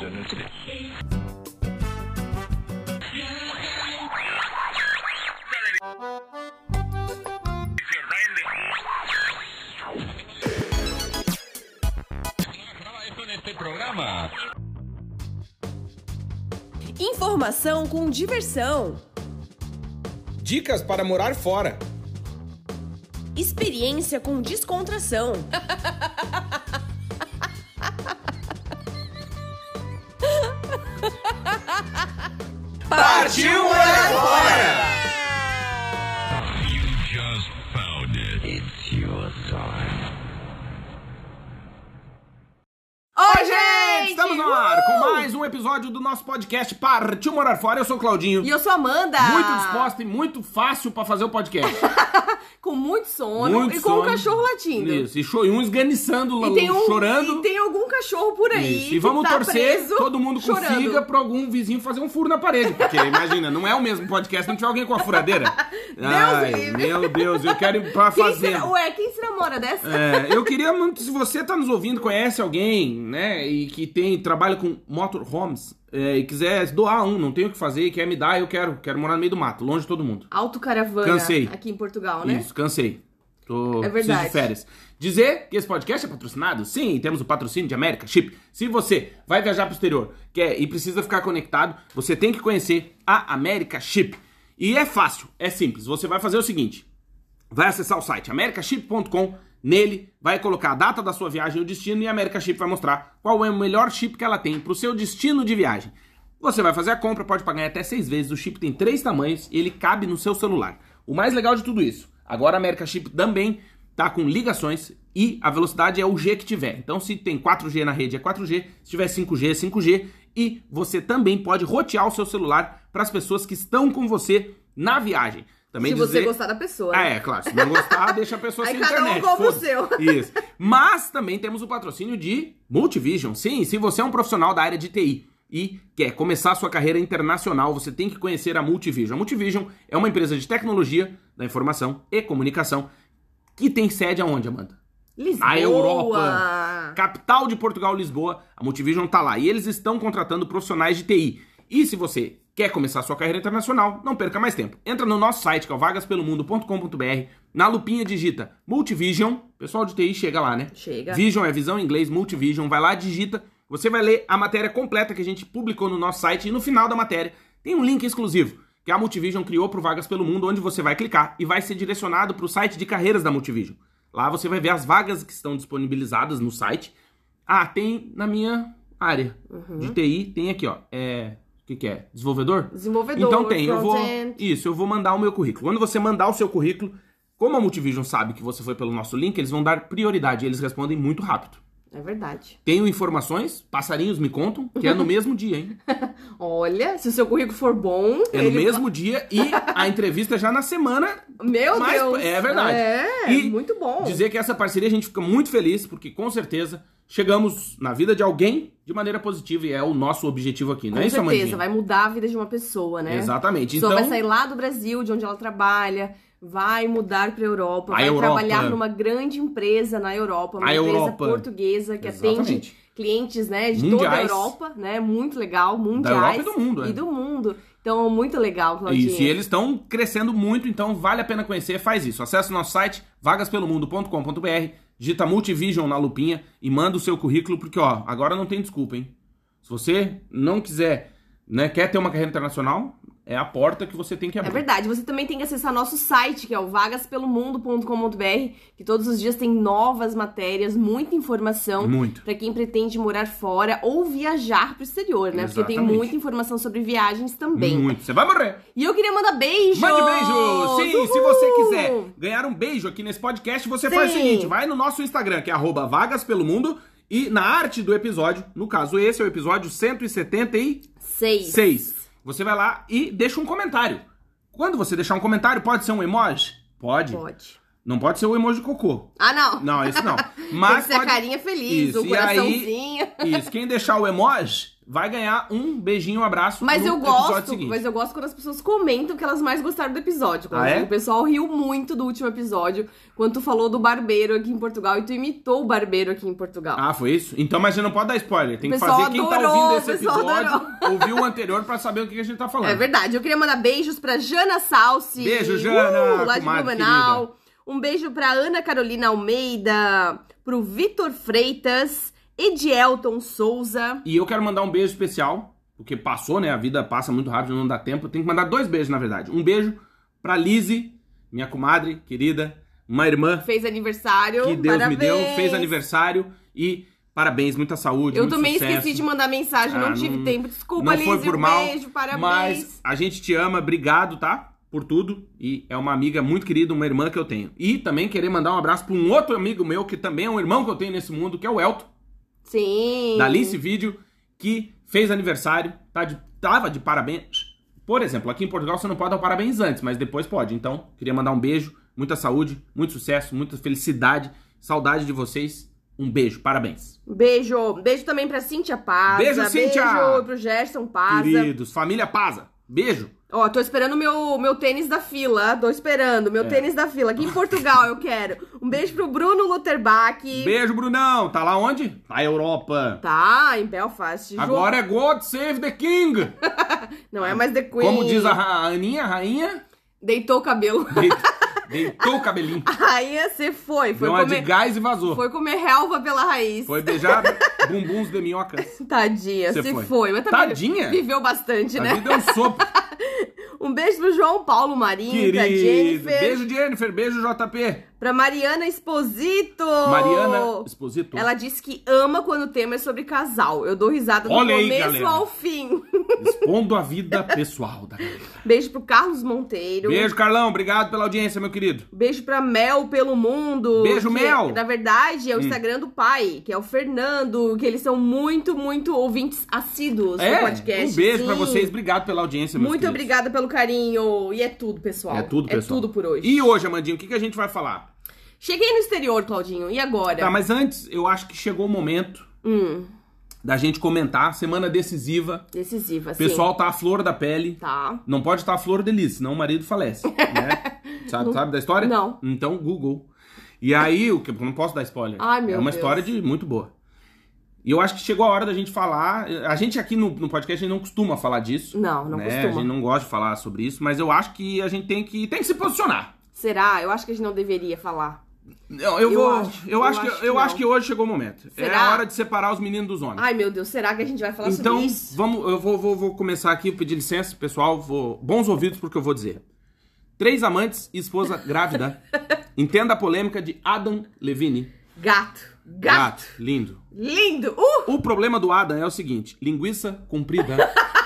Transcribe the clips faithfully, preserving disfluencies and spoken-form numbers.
Informação com diversão. Dicas para morar fora. Experiência com descontração. Partiu morar fora! You just found it. It's your time. Oi, gente! Estamos no ar com mais um episódio do nosso podcast Partiu Morar Fora. Eu sou o Claudinho. E eu sou a Amanda. Muito disposta e muito fácil pra fazer o podcast. Com muito sono Muito e com sono. um cachorro latindo. Isso, e cho- e um esganiçando, E tem um, chorando. E tem algum cachorro por aí. Isso. Que E vamos tá torcer, preso, todo mundo chorando. consiga pra algum vizinho fazer um furo na parede. Porque, imagina, não é o mesmo podcast, não tiver alguém com a furadeira. Ai, livre. meu Deus, eu quero ir pra Quem fazenda. será, ué, quem se namora dessa? É, eu queria muito, se você tá nos ouvindo, conhece alguém, né, e que tem, trabalha com motorhomes, é, e quiser doar um, não tem o que fazer, quer me dar, eu quero, quero morar no meio do mato, longe de todo mundo. Autocaravana. Cansei. Aqui em Portugal, né? Isso, cansei. Tô, É preciso verdade. de férias. Dizer que esse podcast é patrocinado? Sim, temos o patrocínio de America Chip. Se você vai viajar pro exterior quer, e precisa ficar conectado, você tem que conhecer a America Chip. E é fácil, é simples. Você vai fazer o seguinte, vai acessar o site america chip ponto com, nele vai colocar a data da sua viagem e o destino, e a America Chip vai mostrar qual é o melhor chip que ela tem pro seu destino de viagem. Você vai fazer a compra, pode pagar até seis vezes, o chip tem três tamanhos e ele cabe no seu celular. O mais legal de tudo isso, agora a America Chip também tá com ligações e a velocidade é o G que tiver. Então se tem quatro G na rede é quatro G, se tiver cinco G é cinco G, e você também pode rotear o seu celular para as pessoas que estão com você na viagem. Também Se dizer... você gostar da pessoa. Ah, né? é, claro. Se não gostar, deixa a pessoa Aí sem cada um internet. compra o foda-se. seu. Isso. Mas também temos o patrocínio de Multivision. Sim, se você é um profissional da área de T I e quer começar a sua carreira internacional, você tem que conhecer a Multivision. A Multivision é uma empresa de tecnologia da informação e comunicação que tem sede aonde, Amanda? Lisboa. A Europa. Capital de Portugal, Lisboa. A Multivision tá lá. E eles estão contratando profissionais de T I. E se você quer começar a sua carreira internacional, não perca mais tempo. Entra no nosso site, que é o vagas pelo mundo ponto com ponto b r. Na lupinha digita Multivision. Pessoal de T I chega lá, né? Chega. Vision é visão em inglês, Multivision. Vai lá, digita. Você vai ler a matéria completa que a gente publicou no nosso site. E no final da matéria tem um link exclusivo que a Multivision criou para o Vagas pelo Mundo, onde você vai clicar e vai ser direcionado para o site de carreiras da Multivision. Lá você vai ver as vagas que estão disponibilizadas no site. Ah, tem na minha área Uhum. de T I, tem aqui, ó. É... O que, que é? Desenvolvedor? Desenvolvedor, Então tem, eu vou... front-end. Isso, eu vou mandar o meu currículo. Quando você mandar o seu currículo, como a Multivision sabe que você foi pelo nosso link, eles vão dar prioridade, eles respondem muito rápido. É verdade. Tenho informações, passarinhos me contam, que é no mesmo dia, hein? Olha, se o seu currículo for bom... É no ele mesmo dia e a entrevista já na semana. Meu Mas Deus! é verdade. É, E muito bom. Dizer que essa parceria a gente fica muito feliz, porque com certeza chegamos na vida de alguém de maneira positiva e é o nosso objetivo aqui, não Com é isso, certeza, Amandinha? vai mudar a vida de uma pessoa, né? Exatamente. A pessoa Então, vai sair lá do Brasil, de onde ela trabalha, vai mudar pra Europa, A vai Europa. trabalhar numa grande empresa na Europa, uma A empresa Europa. portuguesa que Exatamente. atende clientes, né, de toda a Mundiais. Europa, né? Muito legal, mundiais. Europa e do mundo, é. E do mundo. Então, muito legal, Claudinha. isso, e eles estão crescendo muito, então vale a pena conhecer, faz isso. Acesse o nosso site, vagas pelo mundo ponto com ponto b r, digita Multivision na lupinha e manda o seu currículo, porque ó, agora não tem desculpa, hein? Se você não quiser, né, quer ter uma carreira internacional, é a porta que você tem que É abrir. verdade, você também tem que acessar nosso site, que é o vagas pelo mundo ponto com ponto b r, que todos os dias tem novas matérias, muita informação Muito. para quem pretende morar fora ou viajar pro exterior, né? Porque tem Exatamente. muita informação sobre viagens também. Muito. Você vai morrer. E eu queria mandar beijos! Mande beijo! Sim, Uhul! se você quiser ganhar um beijo aqui nesse podcast, você faz o Sim. seguinte, vai no nosso Instagram, que é arroba vagas pelo mundo, e na arte do episódio, no caso esse é o episódio cento e setenta e Seis. seis, você vai lá e deixa um comentário. Quando você deixar um comentário, pode ser um emoji? Pode. Pode. Não pode ser o emoji de cocô. Ah, não. Não, esse não. Tem Mas que ser pode... a carinha feliz, Isso, o e coraçãozinho. aí, isso, quem deixar o emoji vai ganhar um beijinho, um abraço Mas no eu episódio gosto, seguinte. mas eu gosto quando as pessoas comentam que elas mais gostaram do episódio. Ah, é? O pessoal riu muito do último episódio, quando tu falou do barbeiro aqui em Portugal e tu imitou o barbeiro aqui em Portugal. Ah, foi isso? Então, mas você não pode dar spoiler. Tem O que pessoal fazer quem tá adorou, ouvindo o esse pessoal episódio, ouvir o anterior pra saber o que a gente tá falando. É verdade. Eu queria mandar beijos pra Jana Salsi. Beijo, Jana, Uh, lá de comadre Blumenau. querida. Um beijo pra Ana Carolina Almeida, pro Vitor Freitas, Edielton Souza. E eu quero mandar um beijo especial, porque passou, né? A vida passa muito rápido, não dá tempo. Eu tenho que mandar dois beijos, na verdade. Um beijo pra Lizzie, minha comadre querida, uma irmã Fez aniversário. que Deus Parabéns. me deu, fez aniversário e parabéns, muita saúde, Eu muito também sucesso. esqueci de mandar mensagem, Ah, não tive não- tempo. Desculpa, Não Lizzie. foi por um mal, beijo, parabéns. mas a gente te ama, obrigado, tá? Por tudo. E é uma amiga muito querida, uma irmã que eu tenho. E também querer mandar um abraço pra um outro amigo meu, que também é um irmão que eu tenho nesse mundo, que é o Elton, Sim. da Alice Vídeo, que fez aniversário, tá de, tava de parabéns. Por exemplo, aqui em Portugal você não pode dar o parabéns antes, mas depois pode. Então, queria mandar um beijo, muita saúde, muito sucesso, muita felicidade, saudade de vocês. Um beijo, parabéns. Beijo. Beijo também pra Cíntia Paza. Beijo, Cíntia. Beijo pro Gerson Paza. Queridos, família Paza, beijo. Ó, tô esperando o meu, meu tênis da fila. Tô esperando, meu É. tênis da fila. Aqui em Portugal eu quero. Um beijo pro Bruno Lutherbach. Beijo, Brunão. Tá lá onde? Na Europa. Tá, em Belfast. Ju- Agora é God Save the King. Não é mais The Queen. Como diz a, ra- a Aninha, a rainha, Deitou o cabelo. deitou, deitou o cabelinho. A rainha, você foi. Foi Deu uma de comer, gás e vazou. foi comer relva pela raiz. Foi beijar bumbuns de minhocas. Tadinha, Cê se foi. foi. Mas também Tadinha? viveu bastante, A né? vida é um sopro. Um beijo pro João Paulo Marinho, pra Querido. Jennifer. Beijo, Jennifer. Beijo, J P. Pra Mariana Exposito. Mariana Exposito. Ela disse que ama quando o tema é sobre casal. Eu dou risada do Olha aí, começo galera. ao fim. Expondo a vida pessoal da galera. Beijo pro Carlos Monteiro. Beijo, Carlão. Obrigado pela audiência, meu querido. Beijo pra Mel pelo Mundo. Beijo, que, Mel. Hum. Na verdade, é o Instagram do pai, que é o Fernando, que eles são muito, muito ouvintes assíduos É, do podcast. um beijo Sim. pra vocês. Obrigado pela audiência, meus Muito queridos. obrigada pelo carinho. E é tudo, pessoal. É tudo, pessoal. É tudo por hoje. E hoje, Amandinho, o que, que a gente vai falar? Cheguei no exterior, Claudinho. E agora? Tá, mas antes, eu acho que chegou o momento Hum, da gente comentar. Semana decisiva. decisiva, O sim. pessoal tá à flor da pele. Tá. Não pode estar à flor de lis, senão o marido falece, né? Sabe, sabe da história? Não. Então, Google. E aí, o que eu não posso dar spoiler. Ai, meu É uma Deus. história de muito boa. E eu acho que chegou a hora da gente falar. A gente aqui no, no podcast a gente não costuma falar disso. Não, não né? costuma. A gente não gosta de falar sobre isso, mas eu acho que a gente tem que, tem que se posicionar. Será? Eu acho que a gente não deveria falar. Eu, eu Eu vou. acho, eu, eu acho, acho que, que eu não. acho que hoje chegou o momento. É Será? a hora de separar os meninos dos homens. Ai, meu Deus, será que a gente vai falar Então, sobre isso? vamos, eu vou, vou, vou começar aqui, pedir licença, pessoal. Vou, bons ouvidos porque eu vou dizer. Três amantes e esposa grávida. Entenda a polêmica de Adam Levine. Gato. Gato. Lindo. Lindo. Uh! O problema do Adam é o seguinte: linguiça comprida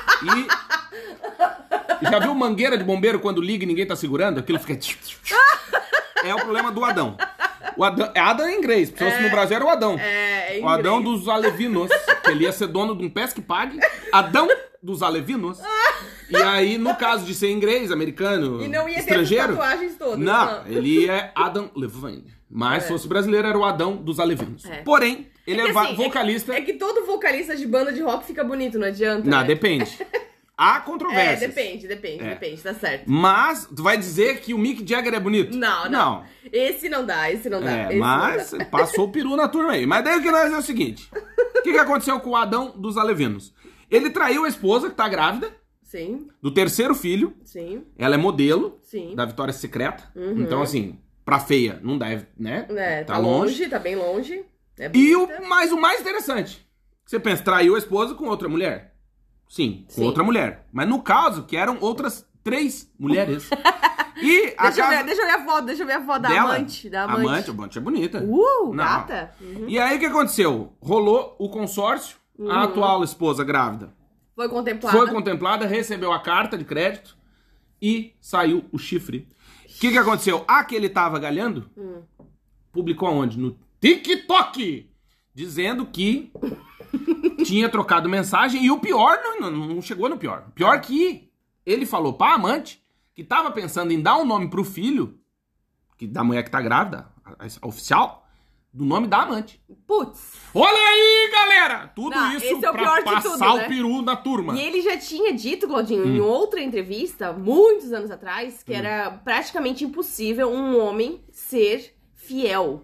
e. Já viu mangueira de bombeiro quando liga e ninguém tá segurando? Aquilo fica. É o problema do Adão. O Adão é Adam em inglês. Se fosse no Brasil era o Adão. É, em O Adão inglês. dos alevinos. Que ele ia ser dono de um pesque pague. Adão dos alevinos. E aí, no caso de ser inglês, americano, E não ia ter estrangeiro... essas tatuagens todas. Não, ele é Adam Levine. Mas se fosse brasileiro, era o Adão dos alevinos. É. Porém, ele é, que, va- assim, vocalista... É que, é que todo vocalista de banda de rock fica bonito, não adianta. Não, né? depende. Há É, controvérsias. depende, depende, É. depende, tá certo. Mas, tu vai dizer que o Mick Jagger é bonito? Não, não. Esse não dá, esse não dá. É, esse mas não dá. passou o peru na turma aí. Mas daí o que nós é o seguinte. O que, que aconteceu com o Adão dos alevinos? Ele traiu a esposa, que tá grávida, Sim, do terceiro filho. sim, Ela é modelo sim. da Vitória Secreta. Então, assim, pra feia, não deve, né? É, tá, longe, tá bem longe. É E bonita. o, mas o mais interessante. Você pensa, traiu a esposa com outra mulher? Sim, com Sim. outra mulher. Mas no caso, que eram outras três mulheres. E a Deixa eu, casa ver, deixa eu ver a foto, deixa eu ver a foto da dela, amante. Da amante. amante, amante é bonita. Uh, Não. gata. Uhum. E aí o que aconteceu? Rolou o consórcio, a atual esposa grávida Foi contemplada. foi contemplada, recebeu a carta de crédito e saiu o chifre. O que, que aconteceu? A que ele tava galhando, Hum. publicou aonde? No TikTok! Dizendo que tinha trocado mensagem e o pior, não, não, não chegou no pior. O pior que ele falou pra amante que tava pensando em dar um nome pro filho que, da mulher que tá grávida, a, a oficial, do nome da amante. Putz. Olha aí, galera! Tudo Não, isso esse é o pra pior de passar tudo, o né? peru na turma. E ele já tinha dito, Claudinho, Hum. em outra entrevista, muitos anos atrás, que era praticamente impossível um homem ser fiel.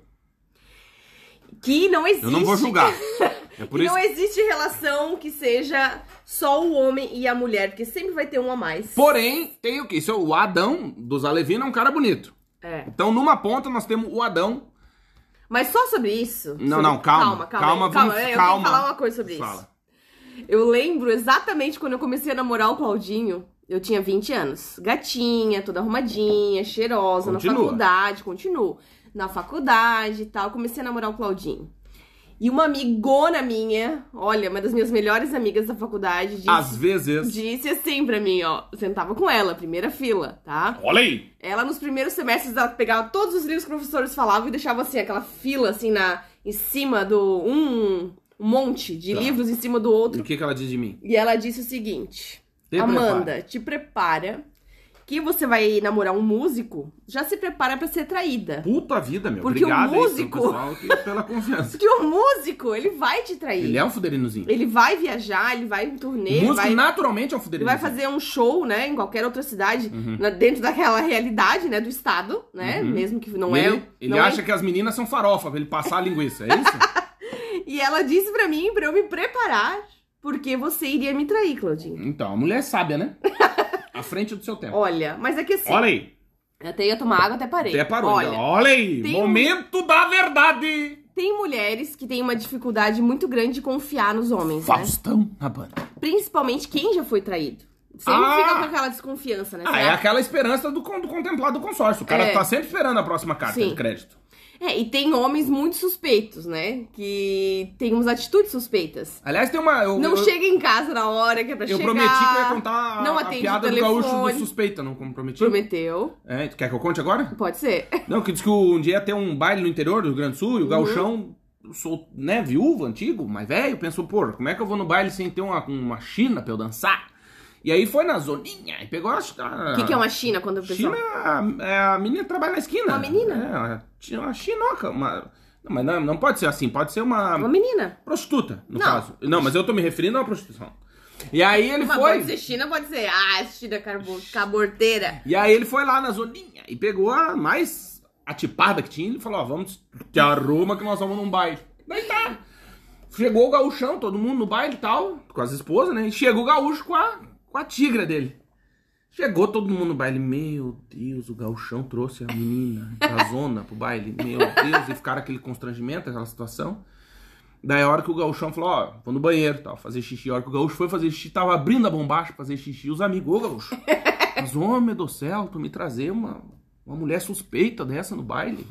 Que não existe... Eu não vou julgar. É por que isso não existe relação que seja só o homem e a mulher, porque sempre vai ter um a mais. Porém, tem o que? Isso é o Adão dos Alevinos é um cara bonito. É. Então, numa ponta, nós temos o Adão. Mas só sobre isso... Não, sobre... não, calma. Calma, calma. Calma, calma, vamos... eu calma. tenho que falar uma coisa sobre Fala. isso. Eu lembro exatamente quando eu comecei a namorar o Claudinho, eu tinha vinte anos. Gatinha, toda arrumadinha, cheirosa, Continua. na faculdade, continuo. Na faculdade e tal, comecei a namorar o Claudinho. E uma amigona minha, olha, uma das minhas melhores amigas da faculdade, disse, Às vezes... disse assim pra mim, ó, eu sentava com ela, primeira fila, tá? Olha aí! Ela, nos primeiros semestres, ela pegava todos os livros que os professores falavam e deixava, assim, aquela fila, assim, na, em cima do... Um, um monte de Tá. livros em cima do E outro. o que, que ela diz de mim? E ela disse o seguinte... Te Amanda, prepara. te prepara que você vai namorar um músico, já se prepara pra ser traída. Puta vida, meu. Porque o Obrigado aí, músico- pro pessoal, que- pela confiança. Porque o músico, ele vai te trair. Ele é um fuderinozinho. Ele vai viajar, ele vai em turnê, O ele músico vai... naturalmente é um Ele fuderinozinho. vai fazer um show, né, em qualquer outra cidade, Uhum. na- dentro daquela realidade, né, do estado, né, mesmo que não E é... ele ele não acha é... que as meninas são farofa pra ele passar a linguiça, é isso? E ela disse pra mim, pra eu me preparar, porque você iria me trair, Claudinho. Então, a mulher é sábia, né? À frente do seu tempo. Olha, mas é que assim... Olha aí. Eu até ia tomar água, até parei. Até parou. Olha, Então, olha aí. tem um- Momento da verdade. tem mulheres que têm uma dificuldade muito grande de confiar nos homens, né? Faustão na banda. Principalmente quem já foi traído. Sempre Ah! fica com aquela desconfiança, né? Ah, Será é aquela esperança do, con- do contemplado do consórcio. O cara É. tá sempre esperando a próxima carta Sim. de crédito. É, e tem homens muito suspeitos, né? Que tem umas atitudes suspeitas. Aliás, tem uma... Eu, Não eu, chega em casa na hora que é pra eu chegar. prometi que eu ia contar a, Não a atende piada o do telefone. gaúcho do suspeita, não como prometi. Prometeu. É, tu quer que eu conte agora? Pode ser. Não, que diz que um dia ia ter um baile no interior do Rio Grande do Sul e Uhum. o gauchão, sou, né, viúvo, antigo, mais velho, pensou, pô, como é que eu vou no baile sem ter uma, uma china pra eu dançar? E aí foi na zoninha e pegou a... O que, que é uma China quando o pessoal... China é a, é a menina que trabalha na esquina. Uma menina? É, uma, chi- uma chinoca. Uma, não, mas não, não pode ser assim, pode ser uma, Uma menina. prostituta, no Não. caso. Não, mas eu tô me referindo a uma prostituição. E aí ele Mas foi... pode ser China, pode ser... Ah, China carbo... caborteira. E aí ele foi lá na zoninha e pegou a mais atipada que tinha e ele falou, ó, vamos te arruma que nós vamos num baile. Daí tá. Chegou o gaúchão, todo mundo no baile e tal, com as esposas, né? E chegou o gaúcho com a, com a tigra dele. Chegou todo mundo no baile. Meu Deus, o gauchão trouxe a menina da zona pro baile. Meu Deus, e ficaram aquele constrangimento, aquela situação. Daí a hora que o gauchão falou, ó, vou no banheiro, tal, fazer xixi. A hora que o gaúcho foi fazer xixi, tava abrindo a bombacha pra fazer xixi. Os amigos, ô gaúcho, mas homem do céu, tu me trazer uma, uma mulher suspeita dessa no baile?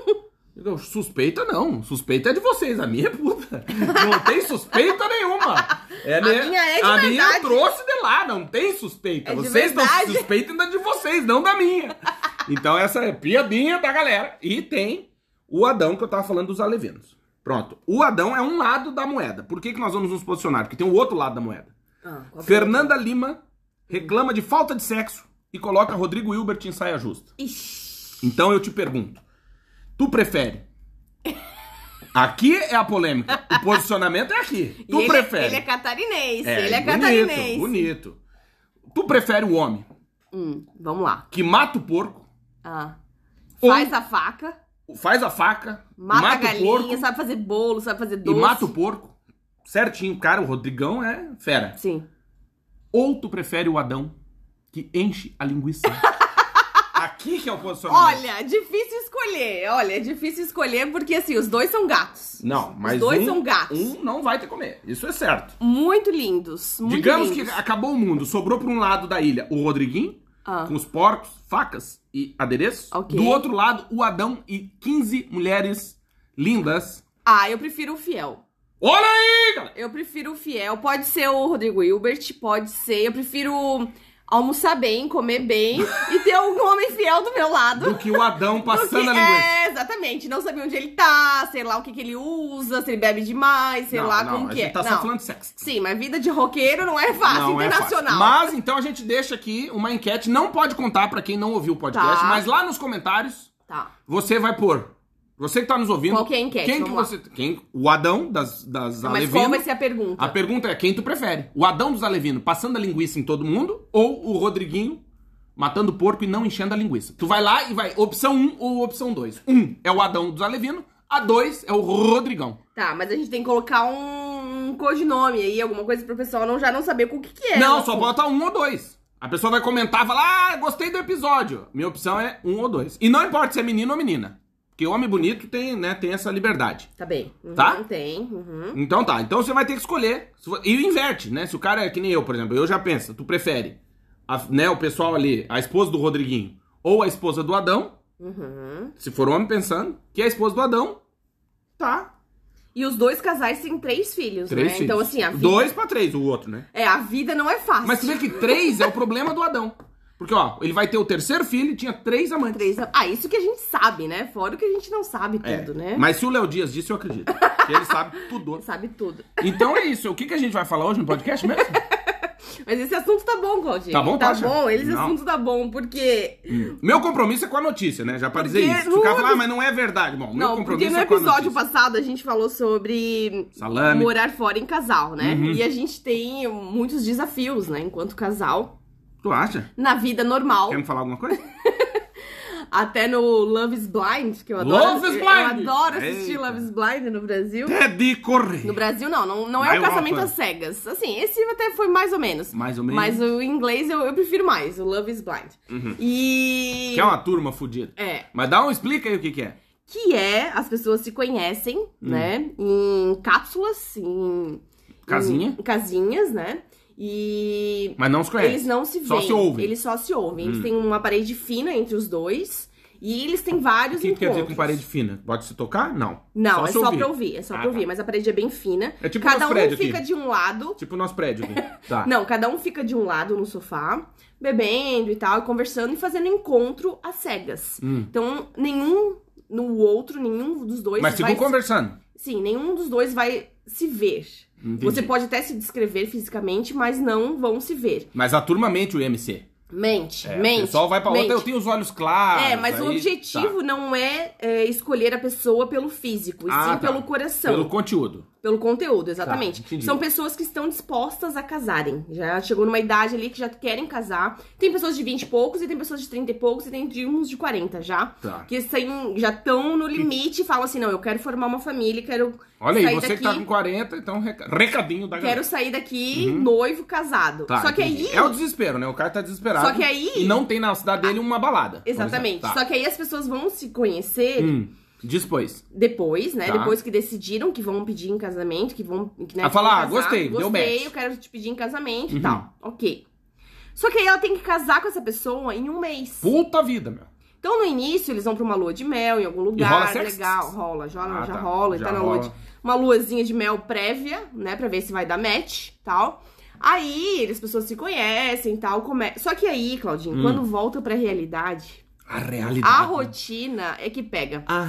Eu digo, suspeita não, suspeita é de vocês, a minha é puta. Não tem suspeita nenhuma. É, A minha é de A minha verdade. eu trouxe de lá, não tem suspeita. É de vocês estão verdade. suspeitos ainda de vocês, não da minha. Então essa é piadinha da galera. E tem o Adão que eu tava falando dos alevinos. Pronto, o Adão é um lado da moeda. Por que, que nós vamos nos posicionar? Porque tem o outro lado da moeda. Ah, qual foi? Fernanda Lima reclama de falta de sexo e coloca Rodrigo Hilbert em saia justa. Ixi. Então eu te pergunto, tu prefere? Aqui é a polêmica, o posicionamento é aqui. Tu E ele, prefere? ele é catarinense, É, ele é bonito, catarinense. bonito. Tu prefere o homem Hum, vamos lá. que mata o porco, Ah. Ou- Faz a faca, faz a faca, mata, a o galinha, porco sabe fazer bolo, sabe fazer e doce. mata o porco? Certinho, cara, o Rodrigão é fera. Sim. Ou tu prefere o Adão que enche a linguiça? Aqui que é o posicionamento. Olha, difícil escolher. Olha, é difícil escolher porque, assim, os dois são gatos. Não, mas Os dois um, são gatos. um não vai ter comer, isso é certo. Muito lindos. Muito Digamos lindos. que acabou o mundo, sobrou para um lado da ilha o Rodriguinho, Ah. com os porcos, facas e adereços. Ok. Do outro lado, o Adão e quinze mulheres lindas. Ah, eu prefiro o fiel. Olha aí, galera! Eu prefiro o fiel. Pode ser o Rodrigo Hilbert, pode ser. Eu prefiro almoçar bem, comer bem e ter algum homem fiel do meu lado. Do que o Adão passando Porque- a linguiça. É, exatamente. Não saber onde ele tá, sei lá o que, que ele usa, se ele bebe demais, sei não, lá não, como a que gente é. tá não. só falando de sexo. Sim, mas vida de roqueiro não é fácil, Não é fácil. internacional. Mas então a gente deixa aqui uma enquete, não pode contar pra quem não ouviu o podcast, Tá. mas lá nos comentários Tá. Você vai pôr. Você que tá nos ouvindo. Qual que é a enquete? Quem que Vamos você. Quem, o Adão das, das Mas Alevino. qual vai ser a pergunta? A pergunta é quem tu prefere? O Adão dos Alevino passando a linguiça em todo mundo ou o Rodriguinho matando porco e não enchendo a linguiça? Tu vai lá e vai opção um ou opção dois. Um é o Adão dos Alevino, a dois é o Rodrigão. Tá, mas a gente tem que colocar um, um codinome aí, alguma coisa pro pessoal não, já não saber o que que é. Não, né? só bota um ou dois. A pessoa vai comentar, falar, ah, gostei do episódio. Minha opção é um ou dois. E não importa se é menino ou menina. Porque homem bonito tem, né, tem essa liberdade. Tá bem. Uhum, Tá? Tem. Uhum. Então tá, então você vai ter que escolher. E inverte, né? Se o cara é que nem eu, por exemplo, eu já penso, tu prefere a, né, o pessoal ali, a esposa do Rodriguinho ou a esposa do Adão, Uhum. se for homem pensando, que é a esposa do Adão, tá. E os dois casais têm três filhos, Três né? filhos. Então, assim, a vida... Dois pra três, o outro, né? É, a vida não é fácil. Mas tu vê que três é o problema do Adão. Porque, ó, ele vai ter o terceiro filho e tinha três amantes. Três... Ah, isso que a gente sabe, né? Fora o que a gente não sabe tudo, É, né? Mas se o Léo Dias disse, eu acredito. Que ele sabe tudo. Sabe tudo. Então é isso. O que, que a gente vai falar hoje no podcast mesmo? Mas esse assunto tá bom, Claudinho. Tá bom, Tá Tasha? bom, esse Não. assunto tá bom, porque... Meu compromisso é com a notícia, né? Já pra dizer Porque isso. no Ficar falando, epi- ah, mas não é verdade. Bom, meu Não, porque compromisso no é com a episódio notícia. passado a gente falou sobre Salame. morar fora em casal, né? Uhum. E a gente tem muitos desafios, né? Enquanto casal, Tu acha? na vida normal. Quer me falar alguma coisa? Até no Love is Blind, que eu adoro. Love is Eu Blind! adoro assistir Eita. Love is Blind no Brasil. É de correr. No Brasil, não, não, não Na é o casamento Europa. às cegas. Assim, esse até foi mais ou menos. Mais ou menos. Mas o inglês eu, eu prefiro mais, o Love is Blind. E. Que é uma turma fodida. É. Mas dá um, explica aí o que que é. Que é, as pessoas se conhecem, Hum. né? Em cápsulas, em. Casinha. Em casinhas, né? E. Mas não se conhece. Eles não se veem. Só se ouvem. Eles só se ouvem. Eles Hum. têm uma parede fina entre os dois. E eles têm vários O que, que quer encontros. dizer com parede fina? Pode se tocar? Não. Não, é se só ouvir. pra ouvir. É só Ah, pra ouvir. tá. Mas a parede é bem fina. É tipo cada nosso um prédio fica aqui. de um lado. Tipo o nosso prédio aqui. Tá. Não, cada um fica de um lado no sofá, bebendo e tal, e conversando e fazendo encontro às cegas. Hum. Então, nenhum no outro, nenhum dos dois Mas vai... ficam conversando. Sim, nenhum dos dois vai se ver. Entendi. Você pode até se descrever fisicamente, mas não vão se ver. Mas a turma mente o M C. Mente, É, mente. o pessoal vai pra outra, mente. eu tenho os olhos claros. É, mas o aí- objetivo tá. não é, é escolher a pessoa pelo físico, e Ah, sim tá. pelo coração. Pelo conteúdo. Pelo conteúdo, exatamente. Tá, entendi. São pessoas que estão dispostas a casarem. Já chegou numa idade ali que já querem casar. Tem pessoas de vinte e poucos, e tem pessoas de trinta e poucos, e tem de uns de quarenta já. Tá. Que saem, já estão no limite e falam assim, não, eu quero formar uma família, quero Olha aí, sair você daqui, que tá com quarenta, então reca- recadinho da quero galera. sair daqui noivo, casado. Tá, Só que entendi. aí... É o desespero, né? O cara tá desesperado. Só que aí- E não tem na cidade dele uma balada. por Exatamente. exemplo. Tá. Só que aí as pessoas vão se conhecer... Hum, depois. Depois, né? Tá. Depois que decidiram que vão pedir em casamento, que vão... Que, né, A falar, que vão ah, gostei, deu gostei, match. eu quero te pedir em casamento Uhum. e tal. Ok. Só que aí ela tem que casar com essa pessoa em um mês. Puta vida, meu. Então, no início, eles vão pra uma lua de mel em algum lugar. rola sexo? Legal, rola, já, Ah, já tá. rola, e Já tá na rola. lua de... Uma luazinha de mel prévia, né? Pra ver se vai dar match e tal. Aí, as pessoas se conhecem e tal. Come... Só que aí, Claudinho, Hum. quando volta pra realidade, A realidade. a rotina é que pega. A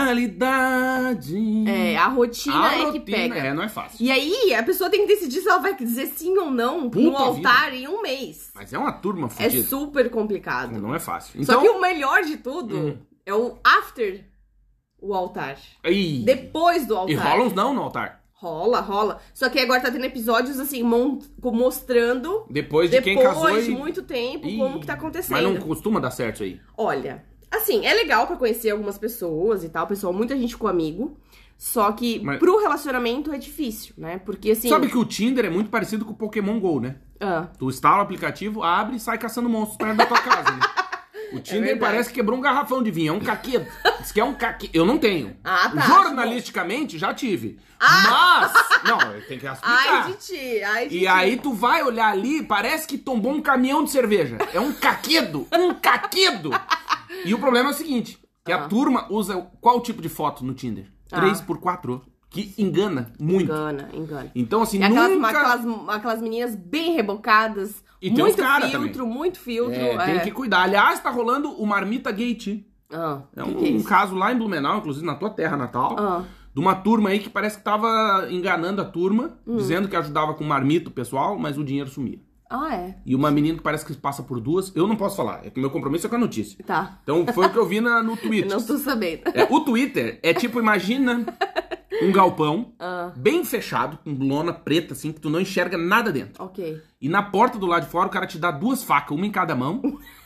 realidade. É, a rotina a é rotina, que pega. É, não é fácil. E aí, a pessoa tem que decidir se ela vai dizer sim ou não Puta no altar em um mês. Mas é uma turma É fodida. super complicado. Não é fácil. Só Então, que o melhor de tudo Hum. é o after o altar. Ih, Depois do altar. E rola uns não no altar. Rola, rola. Só que agora tá tendo episódios assim, mon- mostrando Depois de depois quem casou de e... muito tempo Ih, como que tá acontecendo. Mas não costuma dar certo isso aí. Olha, assim, é legal pra conhecer algumas pessoas e tal, pessoal, muita gente com amigo. Só que Mas- pro relacionamento é difícil, né? Porque assim. Sabe que o Tinder é muito parecido com o Pokémon GO, né? Ah, Tu instala o aplicativo, abre e sai caçando monstros perto da tua casa, né? O Tinder verdade. parece que quebrou um garrafão de vinho, é um caquedo. Diz que é um caquedo. Eu não tenho. Ah, tá, Jornalisticamente, já tive. Mas, não, tem que explicar. ai de ti, ai de E ti. aí tu vai olhar ali, parece que tombou um caminhão de cerveja. É um caquedo, um caquedo. E o problema é o seguinte, que Ah. a turma usa qual tipo de foto no Tinder? Ah. três por quatro, que engana muito. Engana, engana. Então, assim, É aquelas, nunca... aquelas, aquelas meninas bem rebocadas, E tem muito uns cara filtro, muito filtro. É, tem que cuidar. Aliás, tá rolando o Marmita Gate. Ah, É que um, que é um isso? caso lá em Blumenau, inclusive na tua terra natal, Ah. de uma turma aí que parece que tava enganando a turma, Hum. dizendo que ajudava com marmita o pessoal, mas o dinheiro sumia. Ah, é? E uma menina que parece que passa por duas. Eu não posso falar, é que o meu compromisso é com a notícia. Tá. Então foi o que eu vi na, no Twitter. Eu não tô sabendo. É, o Twitter é tipo, imagina um galpão Ah. bem fechado, com lona preta, assim, que tu não enxerga nada dentro. Ok. E na porta do lado de fora o cara te dá duas facas, uma em cada mão,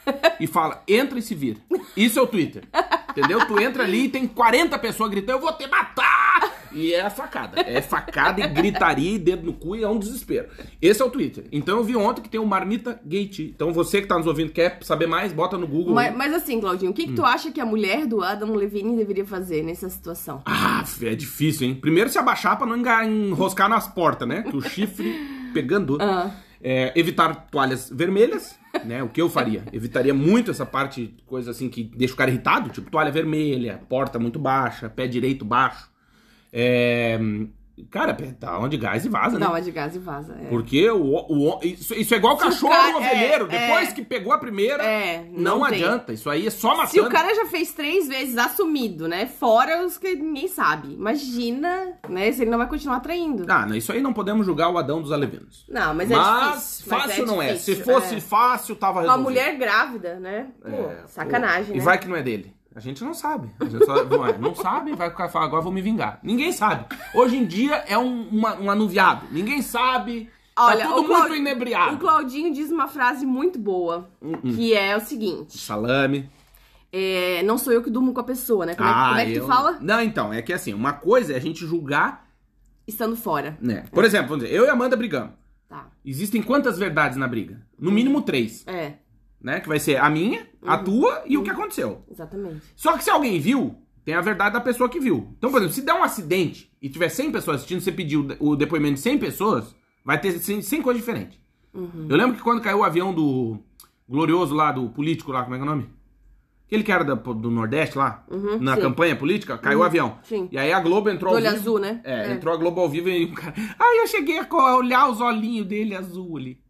e fala, entra e se vira. Isso é o Twitter. Entendeu? Tu entra ali e tem quarenta pessoas gritando, eu vou te matar! E é a facada. É facada e gritaria e dedo no cu e é um desespero. Esse é o Twitter. Então eu vi ontem que tem o Marmita Gate. Então você que tá nos ouvindo, quer saber mais, bota no Google. Mas, mas assim, Claudinho, o que, que tu acha que a mulher do Adam Levine deveria fazer nessa situação? Ah, é difícil, hein? Primeiro se abaixar pra não enga- enroscar nas portas, né? Que o chifre pegando. Ah. É, evitar toalhas vermelhas, né? O que eu faria? Evitaria muito essa parte, coisa assim que deixa o cara irritado, tipo toalha vermelha, porta muito baixa, pé direito baixo. É... Cara, dá uma de gás e vaza, né? Dá uma de gás e vaza. É. Porque o, o, isso, isso é igual Se o cachorro cara- ovelheiro. é, Depois é. que pegou a primeira, É, não, não tem. adianta. Isso aí é só matando. Se o cara já fez três vezes assumido, né? Fora os que ninguém sabe. Imagina, né? Se ele não vai continuar atraindo. Ah, não, isso aí não podemos julgar o Adão dos alevinos. Não, mas é Mas difícil. mas fácil é não é. difícil, Se fosse é. fácil, tava Uma resolvido. mulher grávida, né? Pô, É, sacanagem, pô. né? E vai que não é dele. A gente não sabe. A gente só, não, é, não sabe, vai ficar falando, agora vou me vingar. Ninguém sabe. Hoje em dia é um, uma, um anuviado. Ninguém sabe. Olha, tá tudo o Clau- muito inebriado. O Claudinho diz uma frase muito boa, que é o seguinte: Salame. é, não sou eu que durmo com a pessoa, né? Como, é, que- como é que eu- tu fala? Não, então, é que assim, uma coisa é a gente julgar, Estando fora. né? Por exemplo, vamos dizer, eu e a Amanda brigamos. Tá. Existem quantas verdades na briga? No mínimo três, É, né? Que vai ser a minha, a tua e o que aconteceu. exatamente. Só que se alguém viu, tem a verdade da pessoa que viu. Então, por exemplo, se der um acidente e tiver cem pessoas assistindo, você pediu o depoimento de cem pessoas, vai ter cem, cem coisas diferentes. Eu lembro que quando caiu o avião do glorioso lá, do político lá, como é que é o nome? Aquele que era da- do Nordeste lá, na sim. campanha política, caiu o avião. sim. E aí a Globo entrou Do ao olho vivo. azul, né? É, É. entrou a Globo ao vivo e o cara... Ai, eu cheguei a co- a olhar os olhinhos dele azul ali.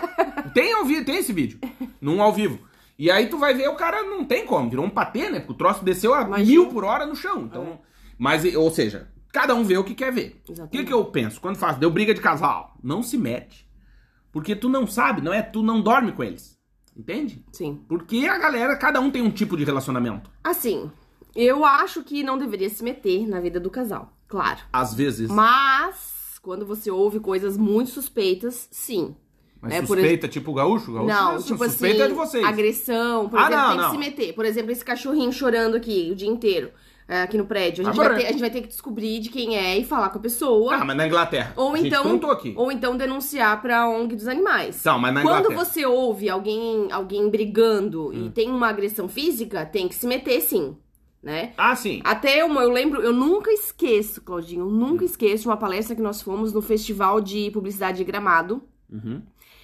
Tem ao vivo, tem esse vídeo. Num ao vivo. E aí tu vai ver, o cara não tem como, virou um patê, né? Porque o troço desceu a Imagina. mil por hora no chão. Então, mas, ou seja, cada um vê o que quer ver. O que, Exatamente. que eu penso? Quando faz, deu briga de casal, não se mete. Porque tu não sabe, não é? Tu não dorme com eles. Entende? Sim. Porque a galera, cada um tem um tipo de relacionamento. Assim, eu acho que não deveria se meter na vida do casal, claro. Às vezes. Mas, quando você ouve coisas muito suspeitas, sim. Mas É, por suspeita, tipo o gaúcho? O gaúcho Não, é- tipo suspeita assim, é de vocês. agressão, por Ah, exemplo, não, tem não. que se meter. Por exemplo, esse cachorrinho chorando aqui o dia inteiro, é, aqui no prédio. A gente, Agora- vai ter, a gente vai ter que descobrir de quem é e falar com a pessoa. Ah, mas na Inglaterra. Ou a gente então, contou aqui. ou então denunciar pra O N G dos animais. Não, mas na Quando Inglaterra. você ouve alguém, alguém brigando Hum. e tem uma agressão física, tem que se meter sim, né? Ah, sim. Até uma, eu lembro, eu nunca esqueço, Claudinho, eu Hum. nunca esqueço de uma palestra que nós fomos no Festival de Publicidade de Gramado, Uhum.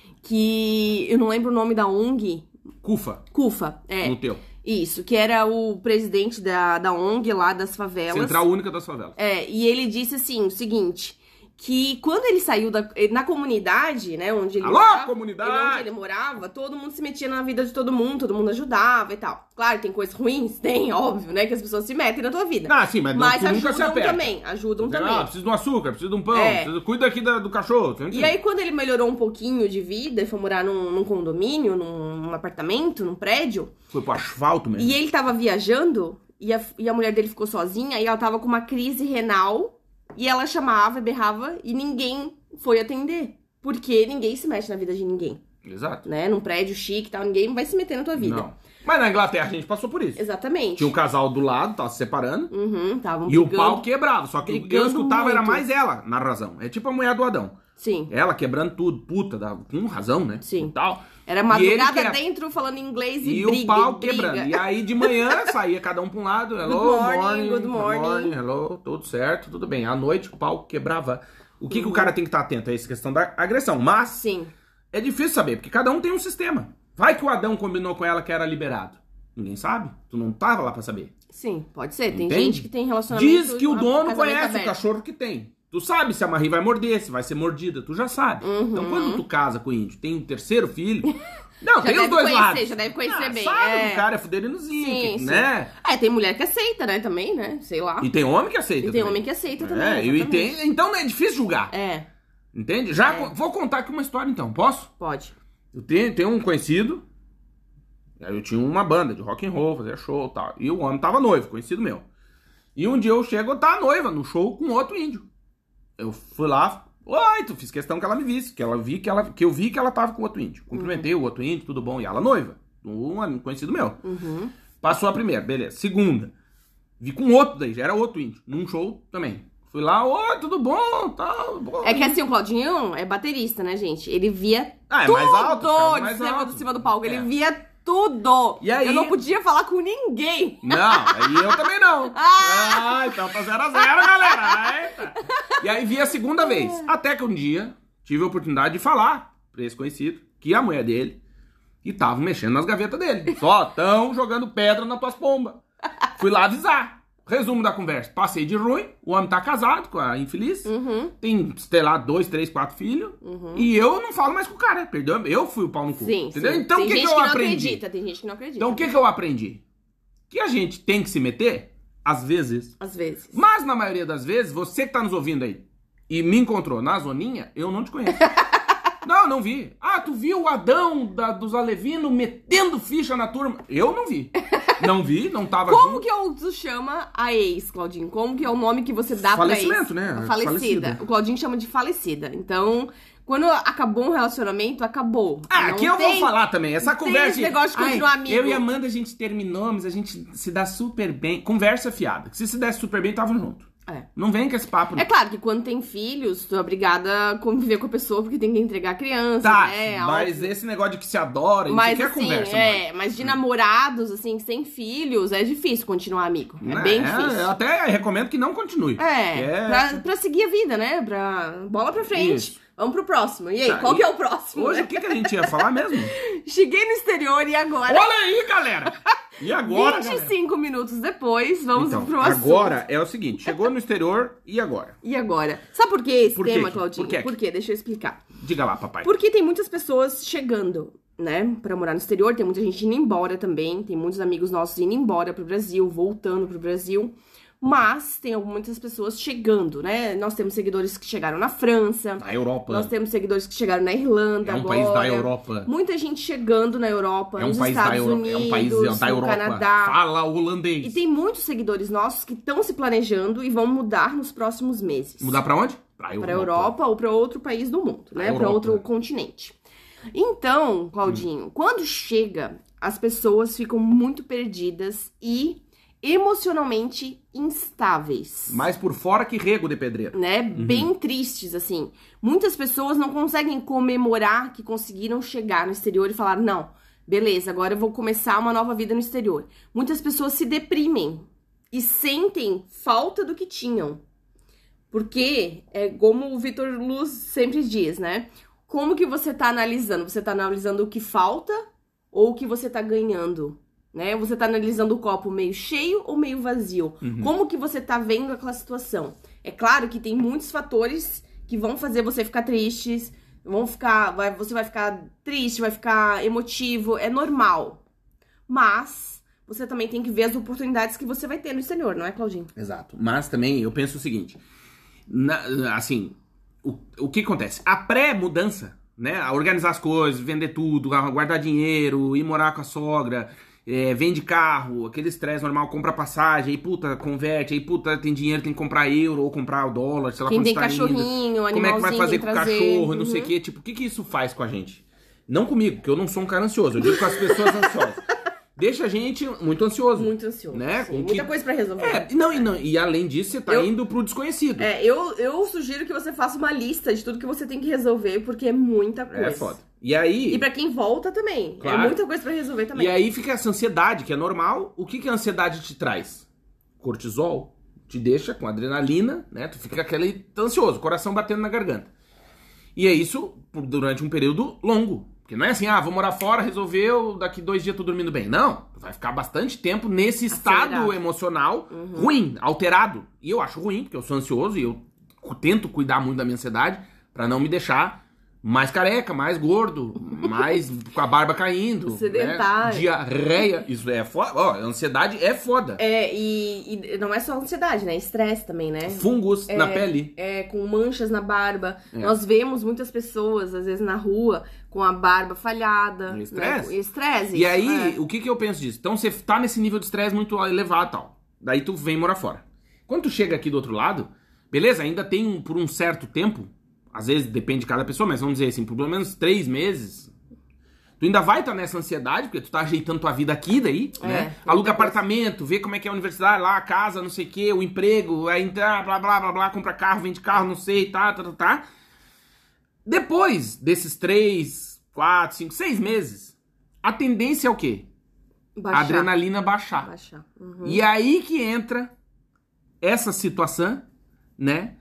que eu não lembro o nome da O N G, Cufa, CUFA, é. no teu. Isso, que era o presidente da, da O N G lá das favelas. Central Única das Favelas. É, e ele disse assim, o seguinte, que quando ele saiu da, na comunidade, né, onde ele Alô, morava, comunidade! ele- onde ele morava, todo mundo se metia na vida de todo mundo, todo mundo ajudava e tal. Claro, tem coisas ruins? Tem, óbvio, né, que as pessoas se metem na tua vida. Ah, sim, mas, não, Mas tu nunca se ajudam aperta. também, ajudam Dizer, também. Ah, preciso de um açúcar, preciso de um pão, É. preciso- cuida aqui da- do cachorro. tem que- E aí, quando ele melhorou um pouquinho de vida e foi morar num, num condomínio, num, num apartamento, num prédio, Foi pro asfalto mesmo. e ele tava viajando, e a, e a mulher dele ficou sozinha, e ela tava com uma crise renal, e ela chamava e berrava, e ninguém foi atender. Porque ninguém se mete na vida de ninguém, Exato. né? Num prédio chique e tal, ninguém vai se meter na tua vida. Não. Mas na Inglaterra a gente passou por isso. Exatamente. Tinha um casal do lado, tava se separando, Uhum, tavam e o brigando. pau quebrava. Só que eu brigando escutava era muito. mais ela na razão. É tipo a mulher do Adão. Sim. Ela quebrando tudo, puta, dá- com razão, né? Sim. E tal. Era E madrugada ele que- dentro falando inglês e, E briga. o pau e briga. quebrando. E aí de manhã saía cada um pra um lado. Hello, Good morning, good morning. hello, tudo certo, tudo bem. À noite o pau quebrava. O que, que o Uhum. cara tem que estar atento a essa questão da agressão? Mas Sim. é difícil saber, porque cada um tem um sistema. Vai que o Adão combinou com ela que era liberado. Ninguém sabe. Tu não tava lá pra saber. Sim, pode ser. Tem Entende? gente que tem relacionamento... Diz que o dono casamento conhece aberto. o cachorro que tem. Tu sabe se a Marie vai morder, se vai ser mordida. Tu já sabe. Uhum. Então quando tu casa com o índio, tem um terceiro filho... Não, Já tem os deve dois conhecer, lados. já deve conhecer Ah, bem, sabe é. que o cara é fuderinozinho, Sim, sim. né? É, tem mulher que aceita, né, também, né? Sei lá. E tem homem que aceita E tem também. homem que aceita também, É, e exatamente. tem, então é difícil julgar. É. Entende? Já É. co- vou contar aqui uma história então, posso? Pode. Eu tenho, tenho um conhecido, aí eu tinha uma banda de rock and roll, fazia show e tal. E o homem tava noivo, conhecido meu. E um dia eu chego, tá noiva no show com outro índio. Eu fui lá, oi, tu fiz questão que ela me visse, que ela vi que ela que eu vi que ela tava com outro índio. Cumprimentei o outro índio, tudo bom, e ela noiva, um conhecido meu. Uhum. Passou a primeira, beleza. Segunda, vi com outro daí, já era outro índio, num show também. Fui lá, oi, tudo bom, tal. Bom. É que assim, o Claudinho é baterista, né, gente? Ele via Ah, é tudo mais alto, ficava de mais cima, alto. de cima do palco. Ele É. via tudo. E aí- Eu não podia falar com ninguém. Não, aí eu também não. Ah! Ah, então tá zero a zero, galera. Eita. E aí vi a segunda vez. Até que um dia tive a oportunidade de falar pra esse conhecido que a mulher dele e tava mexendo nas gavetas dele. Só tão jogando pedra nas tuas pombas. Fui lá avisar. Resumo da conversa. Passei de ruim, o homem tá casado com a infeliz. Uhum. Tem, sei lá, dois, três, quatro filhos. E eu não falo mais com o cara. Perdeu? Eu fui o pau no cu. Sim, entendeu? sim. Então tem o que, gente que eu que não aprendi? acredita, tem gente que não acredita. Então o que, que eu aprendi? Que a gente tem que se meter, às vezes. Às vezes. Mas na maioria das vezes, você que tá nos ouvindo aí e me encontrou na zoninha, eu não te conheço. Não, não vi. Ah, tu viu o Adão da, dos Alevinos metendo ficha na turma? Eu não vi. Não vi, não tava Como junto. que eu tu chama a ex, Claudinho? Como que é o nome que você dá pra ex? Falecimento, né? A falecida. Falecida. O Claudinho chama de falecida. Então, quando acabou um relacionamento, acabou. Ah, Não aqui eu tem- vou falar também. Essa não tem conversa. esse negócio de continuar Ai, amigo. Eu e a Amanda, a gente terminou, mas a gente se dá super bem. Conversa fiada. Que se se desse super bem, tava junto. É. Não vem com esse papo. É claro que quando tem filhos, tu é obrigada a conviver com a pessoa porque tem que entregar a criança, Tá, né? mas Óbvio. esse negócio de que se adora, isso Mas aqui é assim, conversa, é, mano. mas de namorados, assim, sem filhos, é difícil continuar amigo. É bem difícil. Eu até recomendo que não continue. É, É. Pra, pra seguir a vida, né? Pra bola pra frente. Isso. Vamos pro próximo. E aí, Tá, qual e que é o próximo? Hoje né? o que, que a gente ia falar mesmo? Cheguei no exterior e agora, Olha aí, galera! E agora, vinte e galera? cinco minutos depois, vamos Então, pro assunto. agora é o seguinte, chegou no exterior, e agora? E agora? Sabe por que esse Por quê? tema, Claudinho? Por quê? Por quê? Deixa eu explicar. Diga lá, papai. Porque tem muitas pessoas chegando, né, pra morar no exterior, tem muita gente indo embora também, tem muitos amigos nossos indo embora pro Brasil, voltando pro Brasil, mas tem muitas pessoas chegando, né? Nós temos seguidores que chegaram na França, Na Europa. nós temos seguidores que chegaram na Irlanda É um agora. país da Europa. Muita gente chegando na Europa, É um nos país da Estados Europa. Unidos, É um país da no Europa. Canadá. Fala holandês. E tem muitos seguidores nossos que estão se planejando e vão mudar nos próximos meses. Mudar pra onde? Pra Europa. Pra Europa ou pra outro país do mundo, né? Europa. Pra outro continente. Então, Claudinho, quando chega, as pessoas ficam muito perdidas e emocionalmente instáveis. Mais por fora que rego de pedreiro. Né? Bem tristes, assim. Muitas pessoas não conseguem comemorar que conseguiram chegar no exterior e falar, não, beleza, agora eu vou começar uma nova vida no exterior. Muitas pessoas se deprimem e sentem falta do que tinham. Porque, é como o Vitor Luz sempre diz, né? Como que você tá analisando? Você tá analisando o que falta ou o que você tá ganhando? Né? Você tá analisando o copo meio cheio ou meio vazio? Como que você tá vendo aquela situação? É claro que tem muitos fatores que vão fazer você ficar triste, vão ficar, vai, você vai ficar triste, vai ficar emotivo, é normal. Mas você também tem que ver as oportunidades que você vai ter no exterior, não é, Claudinho? Exato. Mas também eu penso o seguinte, na- assim, o, o que acontece? A pré-mudança, né? A organizar as coisas, vender tudo, a guardar dinheiro, ir morar com a sogra, é, vende carro, aquele estresse normal, compra passagem, aí puta, converte, aí puta, tem dinheiro, tem que comprar euro ou comprar o dólar, sei lá Quem quanto tem tá cachorrinho, indo. Como é que vai animalzinho, fazer tem com que o trazer. cachorro, não Uhum. sei o quê, tipo, o que que isso faz com a gente? Não comigo, porque eu não sou um cara ansioso, eu digo com as pessoas ansiosas. Deixa a gente muito ansioso. Muito ansioso. Né? sim. Com Muita que- coisa pra resolver. É, não, e, não, e além disso, você tá Eu- indo pro desconhecido. É, eu, eu sugiro que você faça uma lista de tudo que você tem que resolver, porque é muita coisa. É foda. E aí, E pra quem volta também. Claro. É muita coisa pra resolver também. e aí fica essa ansiedade, que é normal. O que, que a ansiedade te traz? Cortisol. Te deixa com adrenalina, né? Tu fica aquele ansioso, coração batendo na garganta. E é isso por- durante um período longo. Porque não é assim, ah, vou morar fora, resolveu, daqui dois dias tô dormindo bem. Não, tu vai ficar bastante tempo nesse estado Acelerado. emocional ruim, alterado. E eu acho ruim, porque eu sou ansioso e eu cu- tento cuidar muito da minha ansiedade pra não me deixar mais careca, mais gordo, mais com a barba caindo. Sedentário. Né? Diarreia. Isso é foda. Ó, ansiedade é foda. É, e, e não é só ansiedade, né? Estresse também, né? Fungos é, na pele. É, com manchas na barba. É. Nós vemos muitas pessoas, às vezes, na rua, com a barba falhada. Estresse. Né? Estresse. E aí, é. o que, que eu penso disso? Então você tá nesse nível de estresse muito elevado e tal. Daí tu vem morar fora. Quando tu chega aqui do outro lado, beleza, ainda tem um, por um certo tempo, às vezes depende de cada pessoa, mas vamos dizer assim, por pelo menos três meses, tu ainda vai estar nessa ansiedade, porque tu tá ajeitando tua vida aqui daí, É, né? Aluga apartamento, vê como é que é a universidade lá, a casa, não sei o que, o emprego, aí entrar, blá, blá, blá, blá, compra carro, vende carro, não sei, tá, tá, tá, tá. Depois desses três, quatro, cinco, seis meses, a tendência é o quê? Baixar. A adrenalina baixar. Baixar. Uhum. E aí que entra essa situação, né,